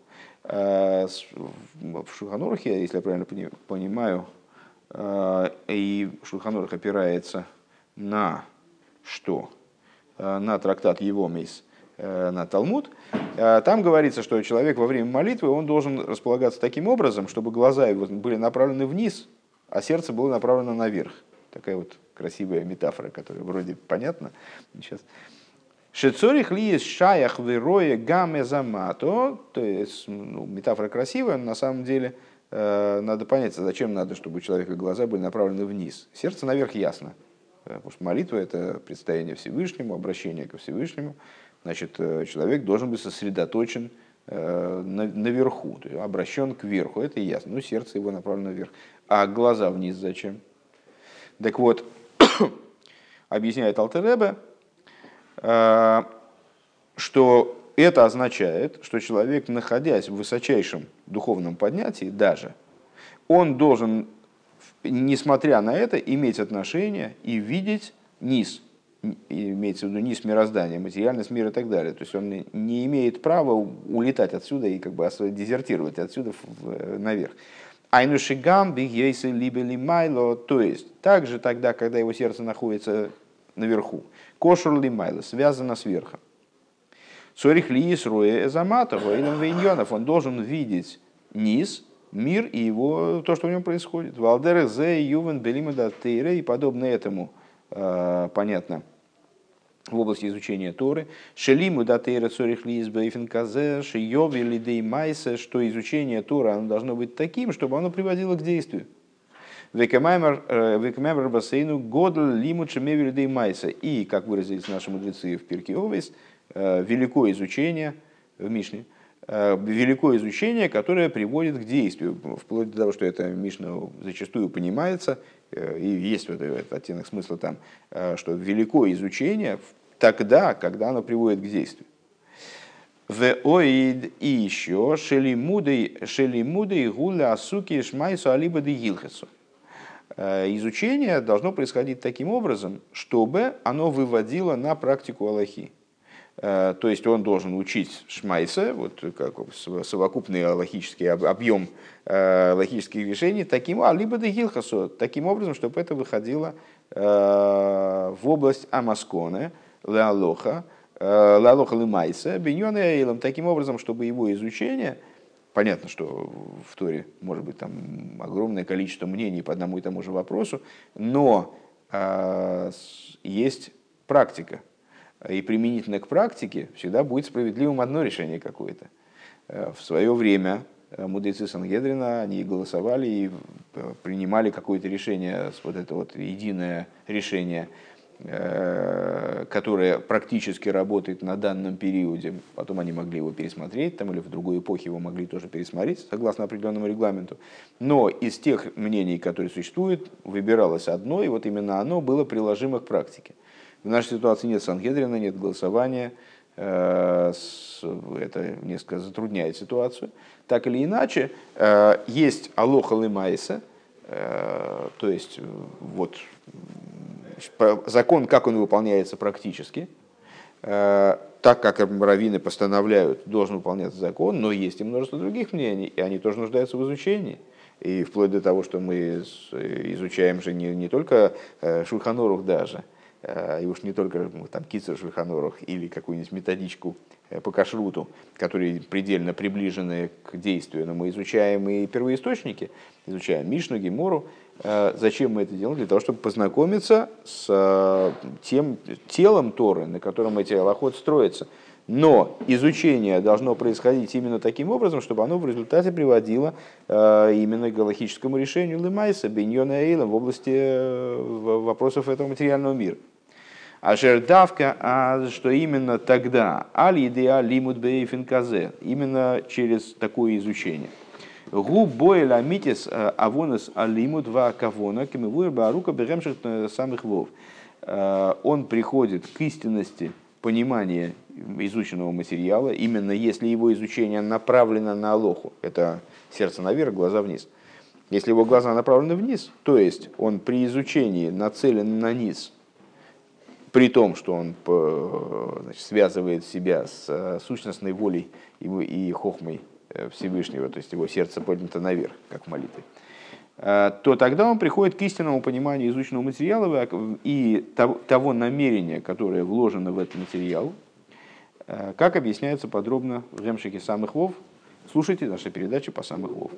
В Шулхан Арухе, если я правильно понимаю, и Шулхан Арух опирается на что? На трактат Евомейс, на Талмуд. Там говорится, что человек во время молитвы он должен располагаться таким образом, чтобы глаза его были направлены вниз, а сердце было направлено наверх. Такая вот красивая метафора, которая вроде понятна. Сейчас. Шецорих ли есть шаях вироя гамме замато, то есть метафора красивая, но на самом деле надо понять, зачем надо, чтобы у человека глаза были направлены вниз. Сердце наверх ясно, потому что молитва — это предстояние Всевышнему, обращение ко Всевышнему. Значит, человек должен быть сосредоточен наверху, то есть обращен кверху, это ясно. Ну, сердце его направлено вверх. А глаза вниз зачем? Так вот, объясняет Алтер Ребе, что это означает, что человек, находясь в высочайшем духовном поднятии, даже, он должен, несмотря на это, иметь отношение и видеть низ, имеется в виду низ мироздания, материальность мира и так далее. То есть он не имеет права улетать отсюда и как бы дезертировать отсюда наверх. Айнушигам бигейсы либели майло, то есть также тогда, когда его сердце находится наверху, кошур ли майло, связано сверху. Цорих ли исруэ эзаматов, он должен видеть низ, мир и его, то, что в нем происходит. Валдер зе ювен белима датейре, и подобно этому, понятно, в области изучения Торы, шелиму датейре цорих ли избейфен казе, шейови лидей майсе, что изучение Торы оно должно быть таким, чтобы оно приводило к действию. Векамаймер бассейну годл лиму чемеви лидей майсе. И, как выразились наши мудрецы в Пиркей Овес, великое изучение в Мишне, великое изучение, которое приводит к действию, вплоть до того, что эта Мишна зачастую понимается, и есть вот этот оттенок смысла там, что великое изучение тогда, когда оно приводит к действию. И еще шелимудей гуля асуки шмайсу алиба де гилхесу. Изучение должно происходить таким образом, чтобы оно выводило на практику алахи. То есть он должен учить шмайса, вот как совокупный логический объем логических решений, либо дегилхасо, таким образом, чтобы это выходило в область амасконе, леалоха лемайса, биньон и эйлом, таким образом, чтобы его изучение, понятно, что в Торе может быть там огромное количество мнений по одному и тому же вопросу, но есть практика. И применительно к практике всегда будет справедливым одно решение какое-то. В свое время мудрецы Сангедрина, они голосовали и принимали какое-то решение, вот это вот единое решение, которое практически работает на данном периоде. Потом они могли его пересмотреть, там, или в другой эпохе его могли тоже пересмотреть, согласно определенному регламенту. Но из тех мнений, которые существуют, выбиралось одно, и вот именно оно было приложимо к практике. В нашей ситуации нет Сангедрина, нет голосования, это несколько затрудняет ситуацию. Так или иначе, есть алоха лемайса, то есть вот, закон, как он выполняется практически, так как раввины постановляют, должен выполняться закон, но есть и множество других мнений, и они тоже нуждаются в изучении. И вплоть до того, что мы изучаем же не только Шульхан Арух даже, и уж не только там Кицер Шульхан Арух или какую-нибудь методичку по кашруту, которые предельно приближены к действию, но мы изучаем и первоисточники, изучаем Мишну, Гемору. Зачем мы это делаем? Для того, чтобы познакомиться с тем телом Торы, на котором эти алахот строятся. Но изучение должно происходить именно таким образом, чтобы оно в результате приводило именно к галахическому решению лемайса, биньона эйлом в области вопросов этого материального мира. А жердавка, что именно тогда, аль-идеа лимут бейфин казе, именно через такое изучение. Гу боэль амитис авонес алимут ва кавона кемивуэр баарука беремших самых вов. Он приходит к истинности понимания изученного материала, именно если его изучение направлено на алоху, это сердце наверх, глаза вниз. Если его глаза направлены вниз, то есть он при изучении нацелен на низ, при том, что он связывает себя с сущностной волей и хохмой Всевышнего, то есть его сердце поднято наверх, как в молитве, то тогда он приходит к истинному пониманию изученного материала и того намерения, которое вложено в этот материал, как объясняется подробно в Ремшике самых вов. Слушайте наши передачи по самых вов.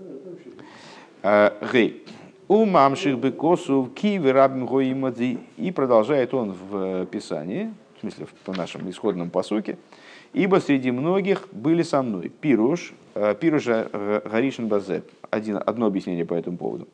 Гей. У мамших бекосу киви рабим гоимади. И продолжает он в Писании, смысле в нашем исходном пасуке, ибо среди многих были со мной. Пируш Гаришин Базе. Одно объяснение по этому поводу.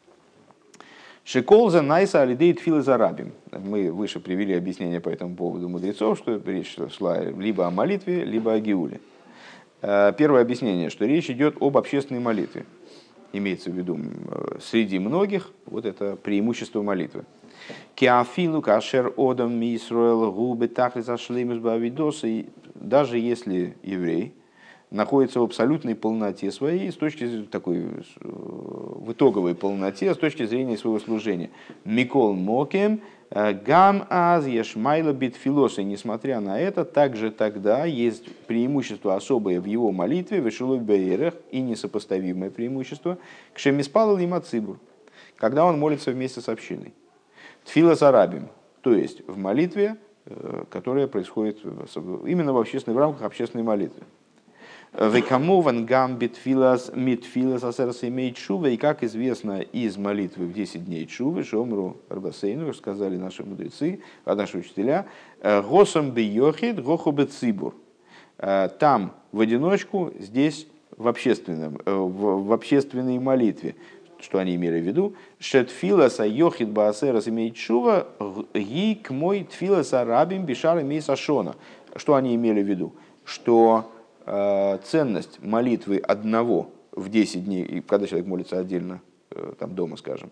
Шиколза найса алидей тфилы зарабим. Мы выше привели объяснение по этому поводу мудрецов, что речь шла либо о молитве, либо о геуле. Первое объяснение, что речь идет об общественной молитве. Имеется в виду среди многих вот это преимущество молитвы. Киафилу кашер одам мисроэл губы тахлис ашлемус бавидосы. Даже если еврей находится в абсолютной полноте своей, с точки такой, в итоговой полноте, с точки зрения своего служения. Микол мокем гам аз ешмайла битфилоса. Несмотря на это, также тогда есть преимущество особое в его молитве, вешелой бейрах, и несопоставимое преимущество, к шемиспалу лимацибур, когда он молится вместе с общиной. Тфила зарабим, то есть в молитве, которая происходит именно в рамках общественной молитвы. Векамован гам битфилас митфилас асерас имеет шува, и как известно из молитвы в 10 дней шувы, шомру арбасейну, сказали наши мудрецы, наши учителя, госам бейохид гоху бецибур. Там в одиночку, здесь в общественной молитве. Что они имели в виду? Шетфиласа йохид баасерас имеет шува, гик мой тфиласа рабим бишар имеет сашона. Что они имели в виду? Что ценность молитвы одного в 10 дней, и когда человек молится отдельно, там дома, скажем,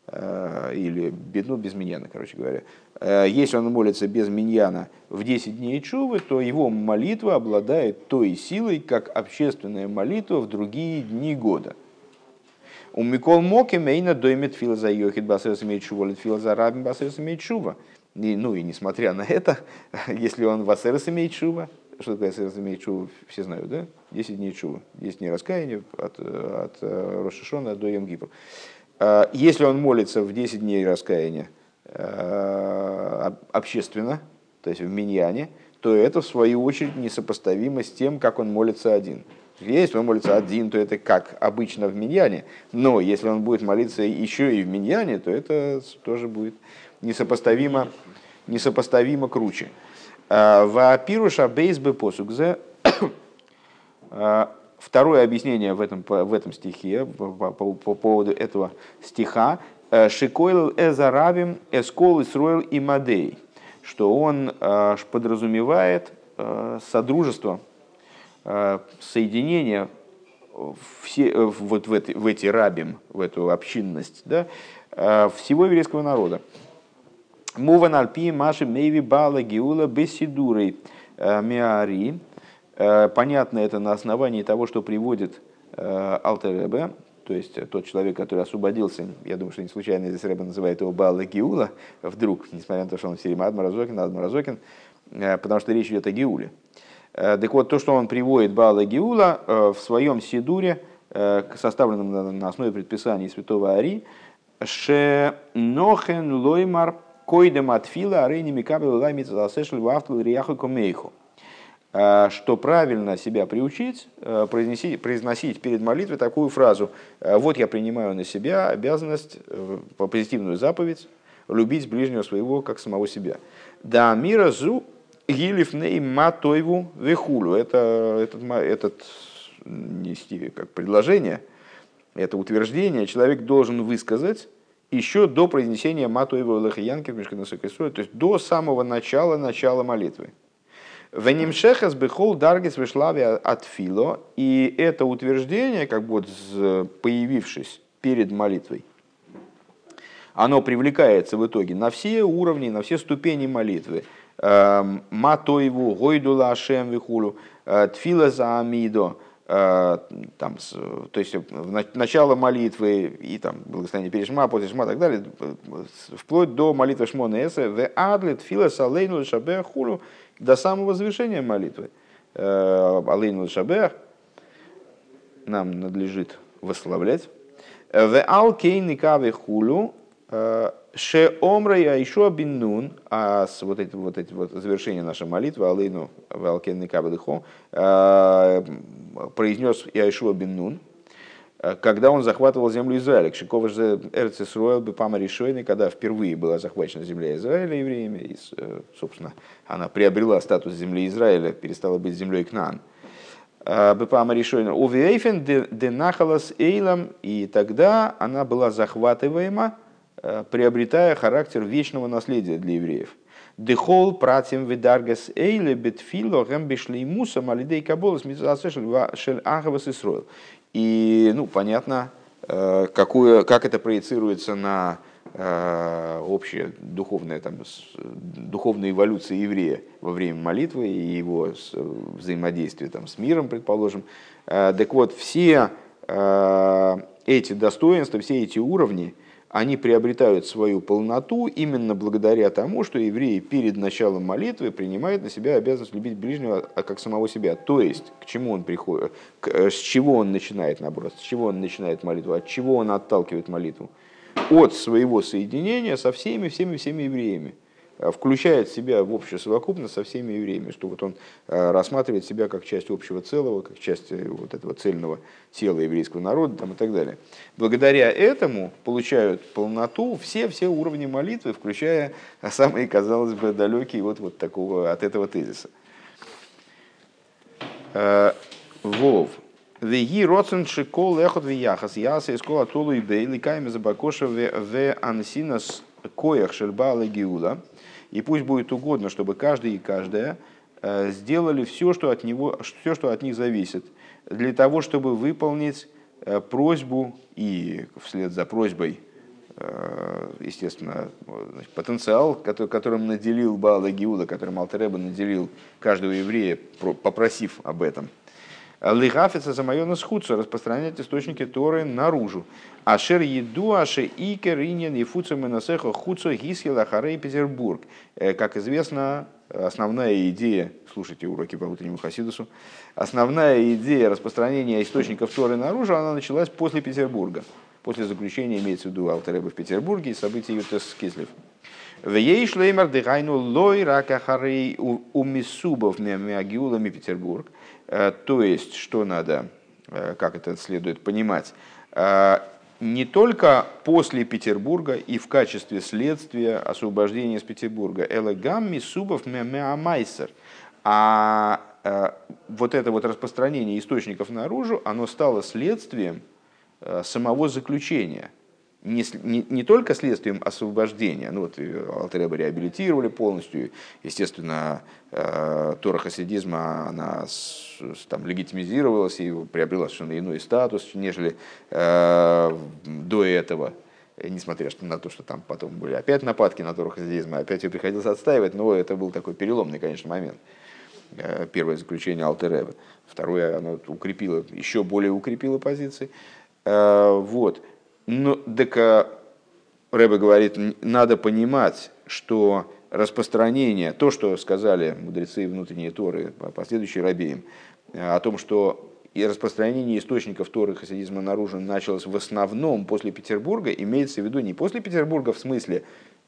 или без миньяна, короче говоря, если он молится без миньяна в 10 дней чувы, то его молитва обладает той силой, как общественная молитва в другие дни года. У Микол Моки Мейна доймет фила за йохид басерс имеет шува, лет фила за рабин басерс имеет шува. И несмотря на это, если он басерс имеет шува, что такое басерс имеет шува, все знают, да? 10 дней шува, 10 дней раскаяния от Рош ха-Шана до Йом-Кипур. Если он молится в 10 дней раскаяния общественно, то есть в миньяне, то это в свою очередь несопоставимо с тем, как он молится один. Если он молится один, то это как обычно в миньяне, но если он будет молиться еще и в миньяне, то это тоже будет несопоставимо круче. Вапируша бейсбе посукзе. Второе объяснение в этом стихе, по поводу этого стиха, «Шикойл эзарабим эскол исроил и мадей», что он подразумевает содружество, соединение вот в эти рабим, в эту общинность, да, всего еврейского народа. Муван альпи маши мейви бала геула бесидурей миари. Понятно это на основании того, что приводит Алтер Ребе, то есть тот человек, который освободился, я думаю, что не случайно здесь Ребе называет его Баала Геула, вдруг, несмотря на то, что он все время Адмаразокин, потому что речь идет о Геуле. Так вот, то, что он приводит Баала Геула в своем Сидуре, составленном на основе предписаний святого Ари, «Ше нохен лоймар койдем атфила арейни микабел лаймит засешл вафтл рияху комейху», что правильно себя приучить, произносить перед молитвой такую фразу: «Вот я принимаю на себя обязанность, позитивную заповедь, любить ближнего своего, как самого себя». «Да мира зу гилифней матойву вехулю». Этот как предложение, это утверждение человек должен высказать еще до произнесения матойву лехиянки в Мишканасокесуе, то есть до самого начала молитвы. «Венимшехас бехол даргис вышлави от фило». И это утверждение, как бы появившись перед молитвой, оно привлекается в итоге на все уровни, на все ступени молитвы. «Матойву гойдула ашем вихулю», «тфила за амидо», то есть начало молитвы и там благословение перед шма, после шма и так далее, вплоть до молитвы шмона эсе, «ве адлет фила салейну шабех хулю», до самого завершения молитвы. «Алейну шабех» нам надлежит восславлять. «Ве ал кейни каве хулю ше омра яишуа бин нун». А вот эти завершения нашей молитвы «Алейну ве ал кейни каве лихо» произнес Яишуа бин Нун. когда он захватывал землю Израиля. Кшикова же Эрец Исруэл Бепама Решойный, когда впервые была захвачена земля Израиля евреями, и, собственно, она приобрела статус земли Израиля, перестала быть землей Кнаан. Бепама Решойный Увейфен Денахалас Эйлам, и тогда она была захватываема, приобретая характер вечного наследия для евреев. Дехол пратим видаргас эйле бетфило гэмбишли муса малидей каболас шель агавас Исруэл. И понятно, как это проецируется на общее духовное, духовная эволюция еврея во время молитвы и его взаимодействие с миром, предположим. Так вот, все эти достоинства, все эти уровни, они приобретают свою полноту именно благодаря тому, что евреи перед началом молитвы принимают на себя обязанность любить ближнего как самого себя. То есть, к чему он приходит, с чего он начинает, наоборот, с чего он начинает молитву, от чего он отталкивает молитву? От своего соединения со всеми евреями, включает себя в общую совокупность со всеми евреями, что он рассматривает себя как часть общего целого, как часть вот этого цельного тела еврейского народа и так далее. Благодаря этому получают полноту все уровни молитвы, включая самые, казалось бы, далекие вот такого, от этого тезиса. Вов. Веги роцен шикол эхот вияхас яса искола тулу и бей ликаем забакоша в ансинас коях шельбала гиула. И пусть будет угодно, чтобы каждый и каждая сделали все, что от них зависит, для того, чтобы выполнить просьбу и вслед за просьбой, естественно, потенциал, которым наделил Баала Гиула, которым Алтер Ребе наделил каждого еврея, попросив об этом. Лигафица за майона схудца, распространять источники Торы наружу. Ашер еду, аше икер, иньян, ефуца менасеха, худца, гисхила, харей, Петербург. Как известно, основная идея, слушайте уроки по утреннему Хасидусу, основная идея распространения источников Торы наружу, она началась после Петербурга. После заключения, имеется в виду Алтер Ребе в Петербурге и событий Ютес Кислев. В ей шлеймар дыхайну лой рака харей у мисубов миагиулами Петербург. То есть, что надо, как это следует понимать, не только после Петербурга и в качестве следствия освобождения из Петербурга, элегам мисубов меамайсер, а вот это вот распространение источников наружу, оно стало следствием самого заключения. Не только следствием освобождения, Алтер Ребе реабилитировали полностью, естественно, Тора хасидизма, она легитимизировалась и приобрела совершенно иной статус, нежели до этого, несмотря на то, что там потом были опять нападки на Тору хасидизма, опять ее приходилось отстаивать, но это был такой переломный, конечно, момент. Первое заключение Алтер Ребе, второе, оно еще более укрепило позиции. Так Ребе говорит, надо понимать, что распространение, то, что сказали мудрецы внутренней Торы, последующие рабеям, о том, что и распространение источников Торы хасидизма наружу началось в основном после Петербурга, имеется в виду не после Петербурга в смысле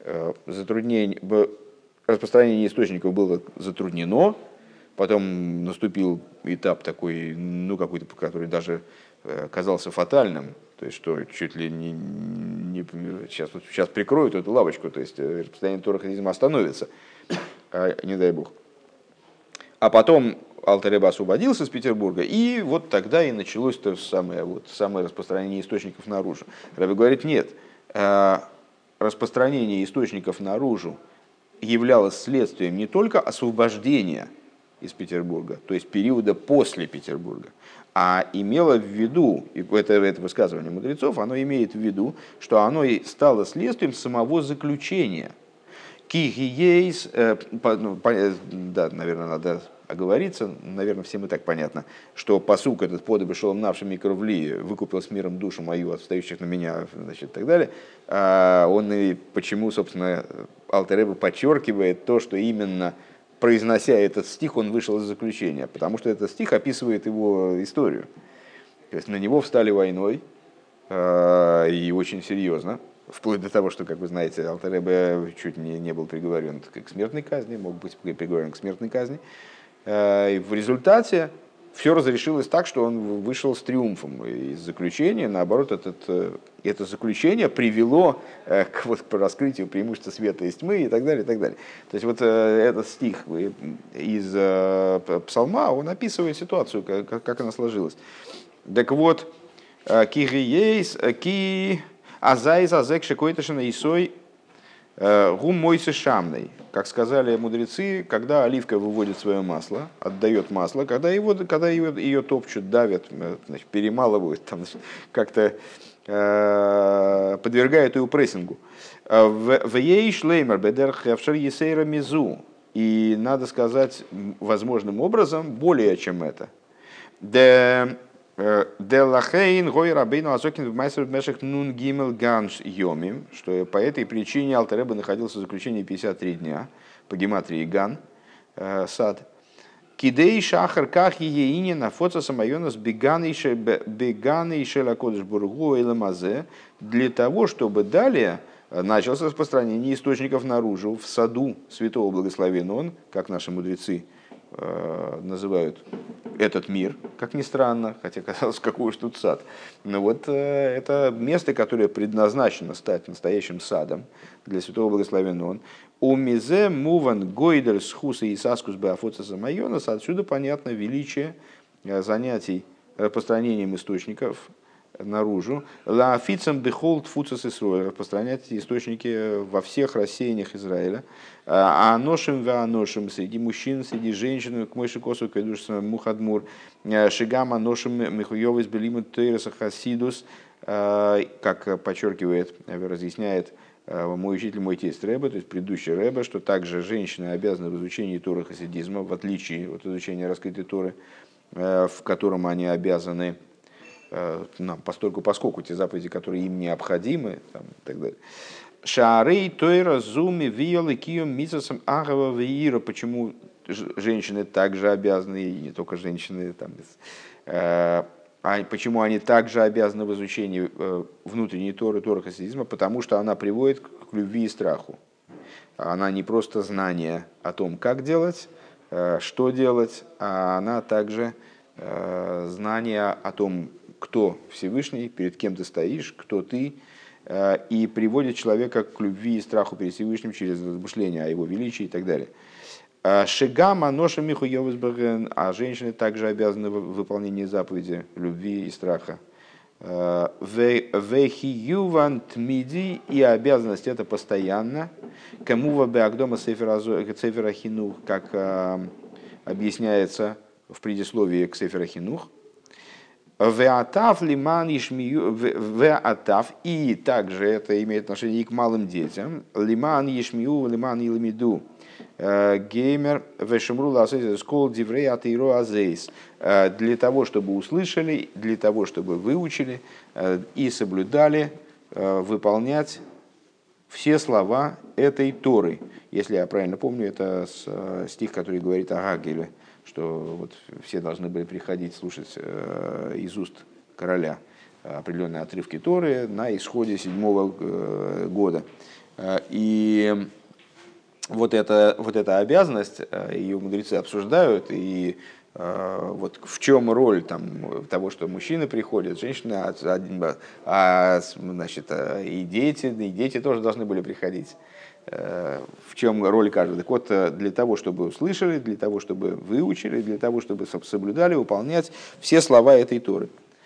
распространение источников было затруднено, потом наступил этап такой, какой-то, который даже казался фатальным, то есть, что чуть ли не сейчас прикроют эту лавочку, то есть распространение Торы хасидизма остановится, не дай бог. А потом Алтер Ребе освободился из Петербурга, и вот тогда и началось то самое распространение источников наружу. Ребе говорит, нет, распространение источников наружу являлось следствием не только освобождения из Петербурга, то есть периода после Петербурга, а имело в виду, и это высказывание мудрецов, оно имеет в виду, что оно и стало следствием самого заключения. Кигиейс, наверное, надо оговориться, наверное, всем и так понятно, что пасук этот под обешолом навшим микровли выкупил с миром душу мою от встающих на меня, и так далее. Он и почему, собственно, Алтер Ребе подчеркивает то, что именно произнося этот стих, он вышел из заключения, потому что этот стих описывает его историю. То есть на него встали войной, и очень серьезно, вплоть до того, что, как вы знаете, Алтер Ребе чуть не был приговорен к смертной казни, мог быть приговорен к смертной казни. И в результате все разрешилось так, что он вышел с триумфом из заключения. Наоборот, это заключение привело к раскрытию преимущества света и тьмы и так далее, и так далее. То есть вот этот стих из Псалма, он описывает ситуацию, как она сложилась. Так вот, ки азайз азек шикойташина исой гум мойсы шамной. Как сказали мудрецы, когда оливка выводит свое масло, отдает масло, когда ее топчут, давят, значит, перемалывают, там, как-то подвергают ее прессингу. В ей шлеймер бедер хевшер есейра мизу. И надо сказать возможным образом, более чем это. Делахейн гой рабейну азокин в майсер мешах нун гимел ганш йомим, что по этой причине Алтер Ребе находился в заключении 53 дня по гематрии ган сад. Кидей шахар ках ееине на фоца самайонас беганый шелакодыш бургу и ламазе, для того, чтобы далее началось распространение источников наружу в саду святого благословен он, как наши мудрецы называют этот мир, как ни странно, хотя казалось, какой уж тут сад. Но вот это место, которое предназначено стать настоящим садом для святого благословен он. У мизе муван гойдер схуса и саскус беафоца самайонас. Отсюда понятно величие занятий распространением источников наружу. Лаафицам бехолд фуцас Исроэль, распространять эти источники во всех рассеяниях Израиля. А ношим веаношим, среди мужчин, среди женщин, к мойши косу кайдуш мухадмур, шигама ношим михуёвис белимут тейреса хасидус, как подчеркивает, разъясняет мой учитель, мой тесть Ребе, то есть предыдущий Ребе, что также женщины обязаны в изучении Торы хасидизма, в отличие от изучения раскрытой Торы, в котором они обязаны поскольку те заповеди, которые им необходимы, там, и так далее. Шаарей тойра зуми виолы кием мисасом агава виира. Почему женщины также обязаны, и не только женщины, там, почему они также обязаны в изучении внутренней Торы, Торы хасидизма? Потому что она приводит к любви и страху. Она не просто знание о том, как делать, что делать, а она также знание о том, кто Всевышний, перед кем ты стоишь, кто ты, и приводит человека к любви и страху перед Всевышним через размышления о его величии и так далее. Шигама ноша миху йовесберген, а женщины также обязаны в выполнении заповеди любви и страха. Вехиюван тмиди, и обязанность это постоянно. Кому в беагдома цефера хинух, как объясняется в предисловии к Сефер Хинух. Веатав лиман ишмию веатав, и также это имеет отношение и к малым детям. Лиман ишмию лиман илмиду геймер вешемру ласэйс скол диврей атейро азейс, для того, чтобы услышали, для того, чтобы выучили и соблюдали выполнять все слова этой Торы. Если я правильно помню, это стих, который говорит о Гагеле, что вот все должны были приходить слушать из уст короля определенные отрывки Торы на исходе 7-го года. И вот эта обязанность, ее мудрецы обсуждают, и вот в чем роль там, того, что мужчины приходят, женщины, значит, и дети тоже должны были приходить. В чем роль каждого? Так вот, для того, чтобы услышали, для того, чтобы выучили, для того, чтобы соблюдали, выполнять все слова этой Торы.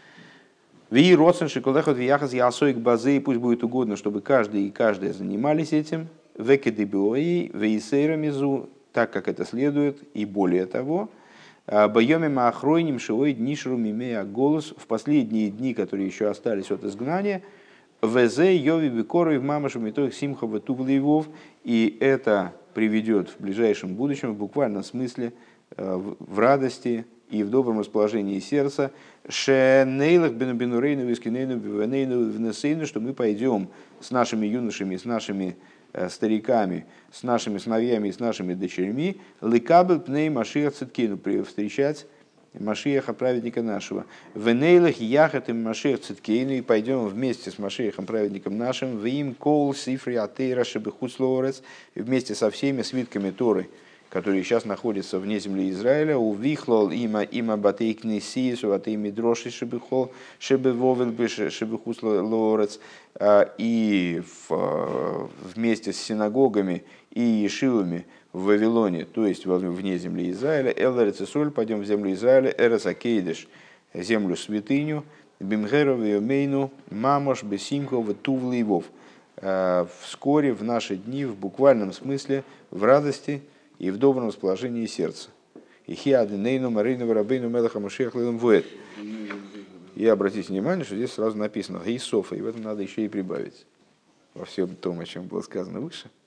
Ви родсен шиколехот вияхас ясоик базы, пусть будет угодно, чтобы каждый и каждая занимались этим. Векедебиои вейсейрамизу, так как это следует, и более того. Байомима охройним шивой днишру мимея голос, в последние дни, которые еще остались от изгнания. Везе йови бекорой в мамашу метоих симхова тувлеевов, и это приведет в ближайшем будущем, в буквальном смысле, в радости и в добром расположении сердца, шенейлах бенубинурейну вискинейну биванейну внесейну, что мы пойдем с нашими юношами, с нашими стариками, с нашими сыновьями и с нашими дочерьми, ликабель пней машиах циткину, встречать Машиаха, праведника нашего. В нейлах яхатым Машиах циткейну, и пойдем вместе с Машиахом, праведником нашим, в им кол сифри атейра шебехуцлорец, вместе со всеми свитками Торы, которые сейчас находятся вне земли Израиля, у вихлол има батейкный сиис, у атейми дроши шебехол, шебевовел бы шебехус лорец, и вместе с синагогами и ешивами в Вавилоне, то есть вне земли Израиля, элэрец и соль, пойдем в землю Израиля, эрес акейдеш, землю святыню, бимгеров и омейну, мамош бесимхов тув лейвов. Вскоре, в наши дни, в буквальном смысле, в радости и в добром расположении сердца. И обратите внимание, что здесь сразу написано «Гейсофа», и в этом надо еще и прибавить. Во всем том, о чем было сказано выше.